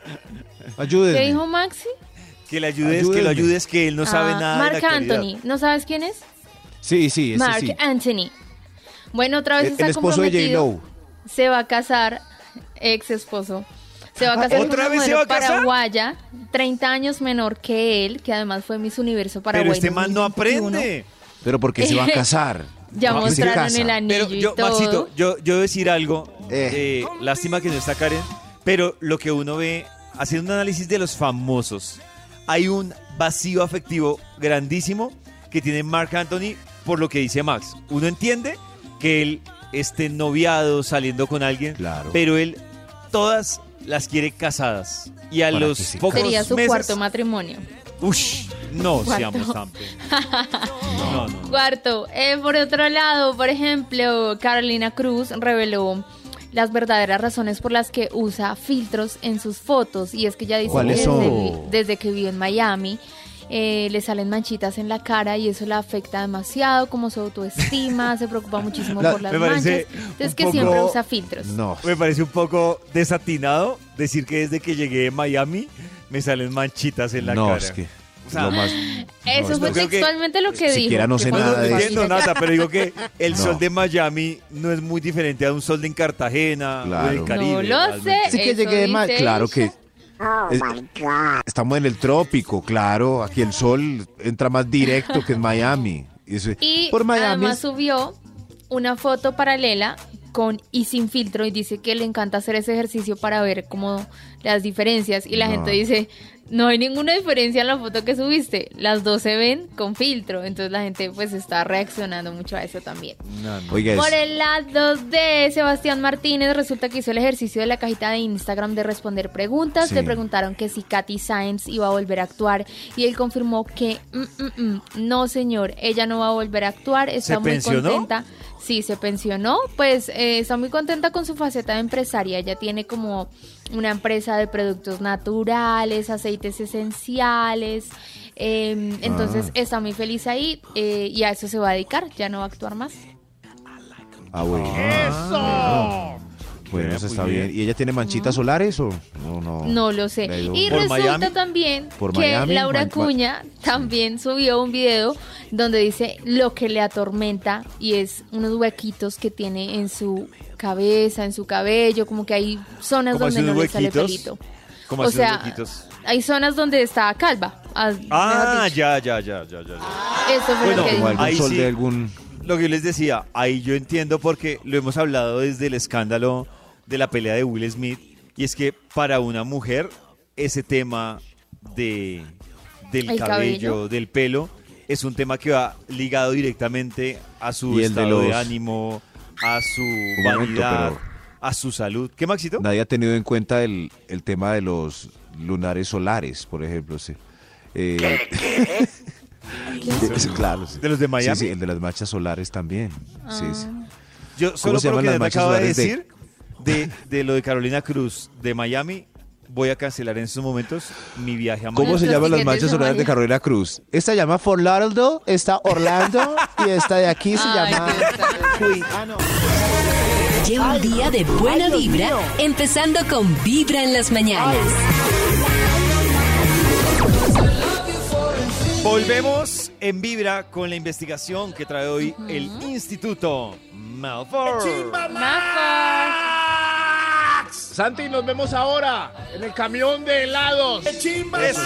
Ayúdenme. ¿Qué dijo Maxi? que le ayudes, que Ayúdenme. lo ayudes, que él no sabe Ah, nada de Marc la actualidad. Anthony, ¿no sabes quién es? Sí, sí, ese Marc sí. Anthony. Bueno, otra vez El, está el esposo de comprometido. J-Lo. Se va a casar, ex esposo. Se va a casar con ¿Otra una vez se modelo va a casar? paraguaya, treinta años menor que él, que además fue Miss Universo Paraguay. Pero este man no dos mil veintiuno. aprende. Pero porque se va a casar. Ya ¿Por qué se mostraron casa? el anillo Pero y yo, todo. Maxito, yo, yo decir algo, Eh. eh, lástima que no está Karen, pero lo que uno ve, haciendo un análisis de los famosos, hay un vacío afectivo grandísimo que tiene Marc Anthony por lo que dice Max. Uno entiende que él esté noviado, saliendo con alguien, Claro. pero él todas las quiere casadas. Y a Para que los se pocos Sería su meses, cuarto matrimonio. ush, no Cuarto. seamos tan pe- No, no. Cuarto, eh, por otro lado, por ejemplo, Carolina Cruz reveló las verdaderas razones por las que usa filtros en sus fotos. Y es que ella dice que ¿Cuáles desde, son? desde que vivió en Miami eh, le salen manchitas en la cara y eso la afecta demasiado, como su autoestima, se preocupa muchísimo La- por las me parece manchas. Entonces un que poco- siempre usa filtros. No. Me parece un poco desatinado decir que desde que llegué de Miami me salen manchitas en la no, cara. es que O sea, lo más... Eso no, fue es- creo que- textualmente lo que dijo. siquiera no que sé fue nada muy de no eso. entiendo nada, pero digo que el No. sol de Miami no es muy diferente a un sol de en Cartagena o Claro. del Caribe. No lo realmente. sé. Sí que Eso llegué de mal. dice Claro ella. que... es- estamos en el trópico, claro. Aquí el sol entra más directo que en Miami. Y, eso- Y por Miami además es- subió una foto paralela con y sin filtro y dice que le encanta hacer ese ejercicio para ver como las diferencias y la No. gente dice, no hay ninguna diferencia en la foto que subiste, las dos se ven con filtro, entonces la gente pues está reaccionando mucho a eso también. No, no. Oiga, es- Por el lado de Sebastián Martínez, resulta que hizo el ejercicio de la cajita de Instagram de responder preguntas. Sí. Le preguntaron que si Katy Sáenz iba a volver a actuar y él confirmó que mm, mm, mm, no, señor, ella no va a volver a actuar. Está ¿Se muy pensionó? contenta. Sí, se pensionó. Pues eh, está muy contenta con su faceta de empresaria. Ella tiene como una empresa de productos naturales, aceites esenciales. eh, entonces Ah. está muy feliz ahí eh, y a eso se va a dedicar. Ya no va a actuar más. Ah, bueno. ¡Eso! Bueno, eso Muy está bien. bien. ¿Y ella tiene manchitas solares o no? No, No lo sé. Le ha ido Y ¿Por resulta Miami? también ¿Por que Miami? Laura Ma- ma- Cuña también subió un video donde dice lo que le atormenta y es unos huequitos que tiene en su cabeza, en su cabello, como que hay zonas ¿Cómo donde así no unos le sale huequitos? pelito. ¿Cómo O así unos sea, huequitos? hay zonas donde está calva. ah, mejor Ah, dicho. ya, ya, ya, ya, ya. ya. Eso fue Bueno, lo que como dijo. algún Ahí sol sí. de algún... Lo que yo les decía, ahí yo entiendo porque lo hemos hablado desde el escándalo de la pelea de Will Smith, y es que para una mujer ese tema de del El cabello, cabello. del pelo, es un tema que va ligado directamente a su Y el de estado de, los- ánimo, a su Un momento, vanidad, pero- a su salud. ¿Qué, Maxito? Nadie ha tenido en cuenta el, el tema de los lunares solares, por ejemplo. Sí. Eh, sí, claro, sí. ¿De los de Miami? Sí, sí, el de las manchas solares también. Ah. Sí, sí. Yo ¿Cómo solo se por lo llaman que las me manchas acabo de solares de- decir de, de lo de Carolina Cruz de Miami, voy a cancelar en estos momentos mi viaje a Miami. ¿Cómo se Nuestros llaman las tiquetes manchas de solares de Miami. Carolina Cruz? Esta llama Fort Lauderdale, esta Orlando y esta de aquí se Ay, llama Dios santo. Queen. Ah, no. Lleva un día de buena Ay, Dios vibra, mío. empezando con Vibra en las mañanas. Volvemos en Vibra con la investigación que trae hoy el Instituto Malfour. Santi, nos vemos ahora en el camión de helados. Eso. Eso.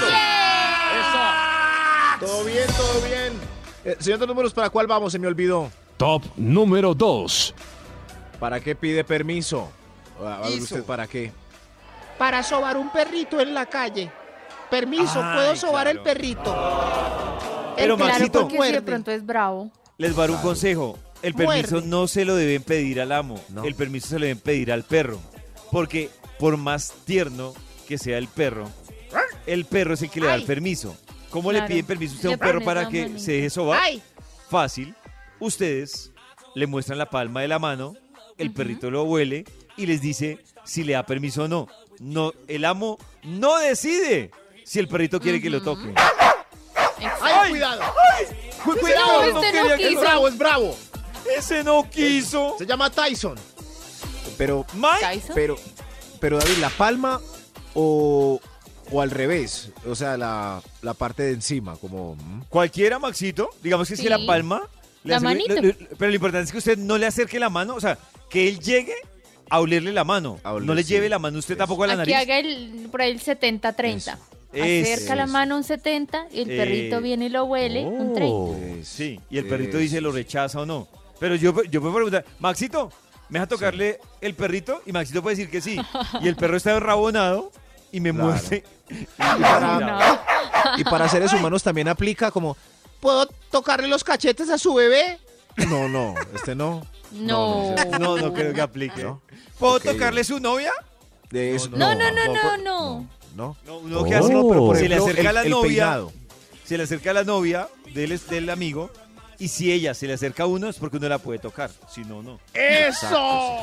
Todo bien, todo bien. Eh, señor de números, ¿para cuál vamos? Se me olvidó. Top número dos. ¿Para qué pide permiso? A a ver Hizo. usted, ¿para qué? Para sobar un perrito en la calle. Permiso, Ay, ¿puedo sobar claro. el perrito? Pero, El Claro, Maxito, porque si de muerde. pronto es bravo. les va a dar un consejo. El permiso Muerde. no se lo deben pedir al amo. No. El permiso se lo deben pedir al perro. Porque por más tierno que sea el perro, el perro es el que le da el Ay. permiso. ¿Cómo Claro. le piden permiso a usted a Le un perro pones para la que manita. se deje sobar? ¡Ay! Fácil. Ustedes le muestran la palma de la mano, el Ujú. perrito lo huele y les dice si le da permiso o no. No, el amo no decide si el perrito quiere que lo Ujú. toque. ¡Ay, cuidado! Cu- No, ¡Cuidado! este no quería que Es quiso. bravo, es bravo. Ese no quiso. Se llama Tyson. Pero, Mike. Tyson. pero, pero David, ¿la palma o, o al revés? O sea, la, la parte de encima, como... ¿mm? Cualquiera, Maxito. Digamos que es Sí. que la palma. le La hace- manito. lo- lo- pero lo importante es que usted no le acerque la mano. O sea, que él llegue a olerle la mano. A oler, no le sí. lleve la mano usted tampoco a la Aquí nariz. haga el, por ahí el setenta treinta. Eso. Acerca la Eso. mano un setenta y el Eh, perrito viene y lo huele un treinta. Es- Sí, y el perrito eso. dice lo rechaza o no. Pero yo, yo puedo preguntar, Maxito, ¿me deja tocarle el perrito? Y Maxito puede decir que sí. Y el perro está enrabonado y me Claro. muerde. Y para, No. y para seres humanos también aplica como... ¿Puedo tocarle los cachetes a su bebé? No, no, este no. No. No, no creo que aplique. ¿No? ¿Puedo Ok. tocarle su novia? De eso- No, no, no, no, tampoco. no. No. No, uno Oh. que hace, No, pero por se le ejemplo, acerca a la el- el novia, peinado. se le acerca a la novia del, del amigo, y si ella se le acerca a uno es porque uno la puede tocar, si no, no. ¡Eso!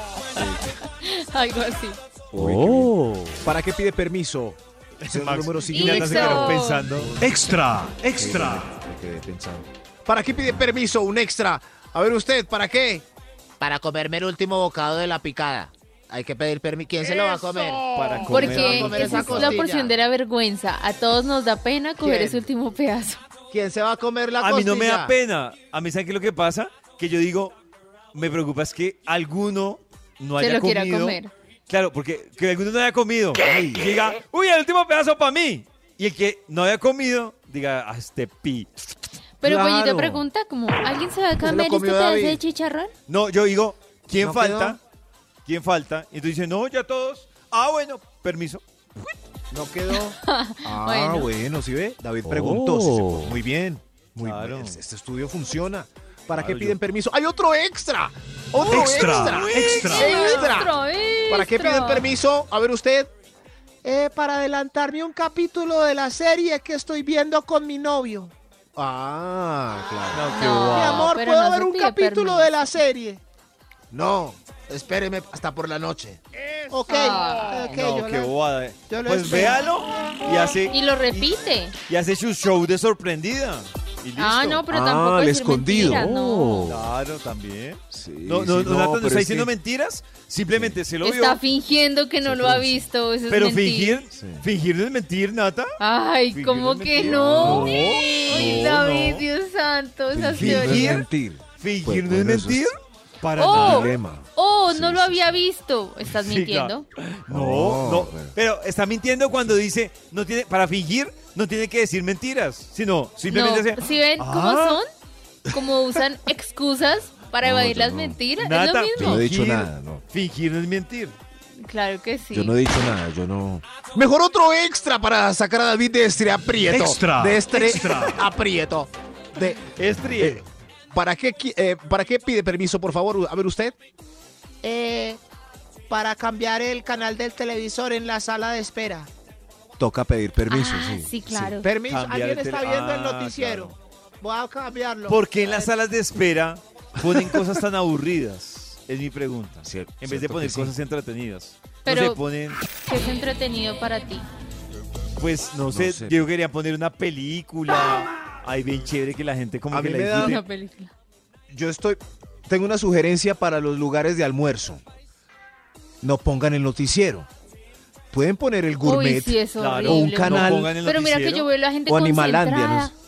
Algo así. Oh. ¿Para qué pide permiso? Señor Max, número y siguiente. Nata se quedó pensando. Extra, extra. Me quedé pensando. ¿Para qué pide permiso un extra? A ver usted, ¿para qué? Para comerme el último bocado de la picada. Hay que pedir permiso. ¿Quién se lo va a comer? Para comer. Porque comer esa esa es la costilla. porción de la vergüenza. A todos nos da pena coger ¿Quién? ese último pedazo. ¿Quién se va a comer la A mí costilla? no me da pena. A mí, ¿saben qué es lo que pasa? Que yo digo, me preocupa es que alguno no Se haya lo quiera comido. comer. Claro, porque que alguno no haya comido. Y diga, uy, el último pedazo para mí. Y el que no haya comido, diga, ah, este pi. Pero Claro. Pollito pregunta como, ¿alguien se va a lo comer este comió pedazo David. de chicharrón? No, yo digo, ¿quién ¿No falta? quedó? ¿Quién falta? Y entonces dice, no, ya todos. Ah, bueno, permiso. No quedó. Ah, Bueno. bueno, ¿sí ve? David preguntó. sí, Oh. sí, muy bien. Muy Claro. bien. Este estudio funciona. ¿Para Claro, qué piden yo- permiso? ¡Hay otro extra! ¡Otro extra! Extra, extra. ¡Extra! ¿Para qué extra. piden permiso? A ver usted. Eh, para adelantarme un capítulo de la serie que estoy viendo con mi novio. Ah, claro. No, qué No. Mi bobada. amor, pero ¿puedo no ver se un pide capítulo permiso. de la serie? No, espéreme hasta por la noche. Ok, Ah. ok, No, yo qué la- bobada. yo lo Pues espero. véalo y hace, Y lo repite. y hace su show de sorprendida. Y listo. Ah, no, pero Ah, tampoco el decir escondido. mentiras, no. Oh. Claro, también. Sí, No, no, sí, no, Nata, no pero está es diciendo que- mentiras, simplemente se lo Está vio. fingiendo que no lo ha visto. Eso es Pero mentir. fingir, Sí. fingir no es mentir, Nata. Ay, Fingir ¿cómo no es que mentir. no? No, Ay, no, David, no. Dios santo, esas Fingir. No es teorías. mentir. Fingir Pues, no es bueno, eso mentir. Para Oh. nada. Dilema. Oh, Sí, no lo sí, había visto. ¿Estás Sí, mintiendo? No, No, no. pero- Pero está mintiendo cuando dice, no tiene, para fingir, no tiene que decir mentiras, sino simplemente No, hace, ¿sí ven cómo Ah. son? Como usan excusas para No, evadir yo las no. mentiras. es Nata, lo Yo mismo. no he dicho Fingir. nada, no. Fingir no es mentir. Claro que sí. Yo no he dicho nada, yo no. Mejor otro extra para sacar a David de este aprieto. Extra, De este extra. aprieto. De, Estrie. eh, ¿para, qué, qui- eh, ¿Para qué pide permiso, por favor? A ver usted. Eh, para cambiar el canal del televisor en la sala de espera. Toca pedir permiso, Ah, sí. sí, claro. Permiso, Cambiar alguien el está tele- viendo el Ah, noticiero. Voy a cambiarlo. ¿Por qué en las salas de espera ponen cosas tan aburridas? Es mi pregunta. Cier- En vez de cierto poner que sí. cosas entretenidas. Pero- no sé, ponen, ¿Qué es entretenido para ti? pues no, sé, sé. yo quería poner una película. Ahí bien chévere que la gente como A que mí la me da- disfrute. Una película. Yo estoy. Tengo una sugerencia para los lugares de almuerzo. No pongan el noticiero. Pueden poner el gourmet Uy, sí, es Claro, o un horrible. canal. No pongan el Pero mira que noticiero. yo veo a la gente O Animalandia, concentrada. ¿no?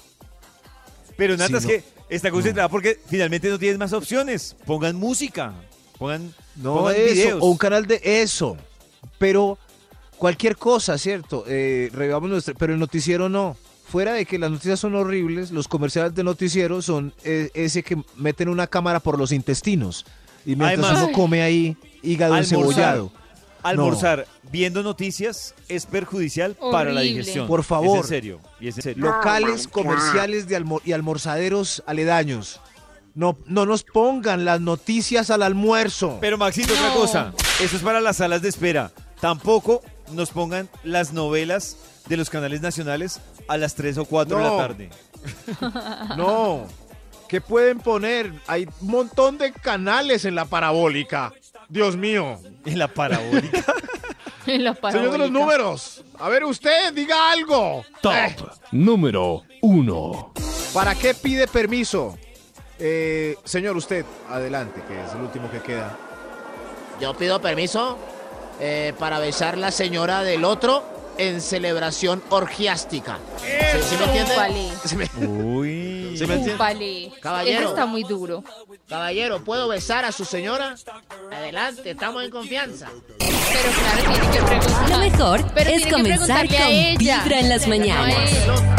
Pero Nata, Sí, es no. que está concentrada porque finalmente no tienes más opciones. Pongan música. Pongan, No, pongan eso, videos. o un canal de eso. Pero cualquier cosa, ¿cierto? Eh, revivamos nuestra, pero el noticiero no. Fuera de que las noticias son horribles, los comerciales de noticiero son eh, ese que meten una cámara por los intestinos. Y mientras Además, uno come ahí hígado almorzar, encebollado. Almorzar viendo noticias es perjudicial para la Horrible. digestión. Por favor. Es en serio. Y es en serio. Locales comerciales de almo- y almorzaderos aledaños. No, no nos pongan las noticias al almuerzo. Pero Maxito, otra No. cosa. Eso es para las salas de espera. Tampoco nos pongan las novelas de los canales nacionales a las tres o cuatro de No. la tarde. No. ¿Qué pueden poner? Hay un montón de canales en la parabólica. Dios mío. En la parabólica. En la Señor de los parabólica. números. A ver, usted, diga algo. Top Eh, número uno. ¿Para qué pide permiso? Eh, señor, usted, adelante, que es el último que queda. Yo pido permiso eh, para besar la señora del otro en celebración orgiástica. ¿Sí, sí me entiende? Úpale. ¿Sí me- Uy. ¿Sí me entiende? Úpale. Caballero. Eso está muy duro. Caballero, ¿puedo besar a su señora? Adelante, estamos en confianza. Pero claro, tiene que preguntar. Lo mejor Pero es tiene que comenzar preguntarle a con ella. Vibra en las No a mañanas. él.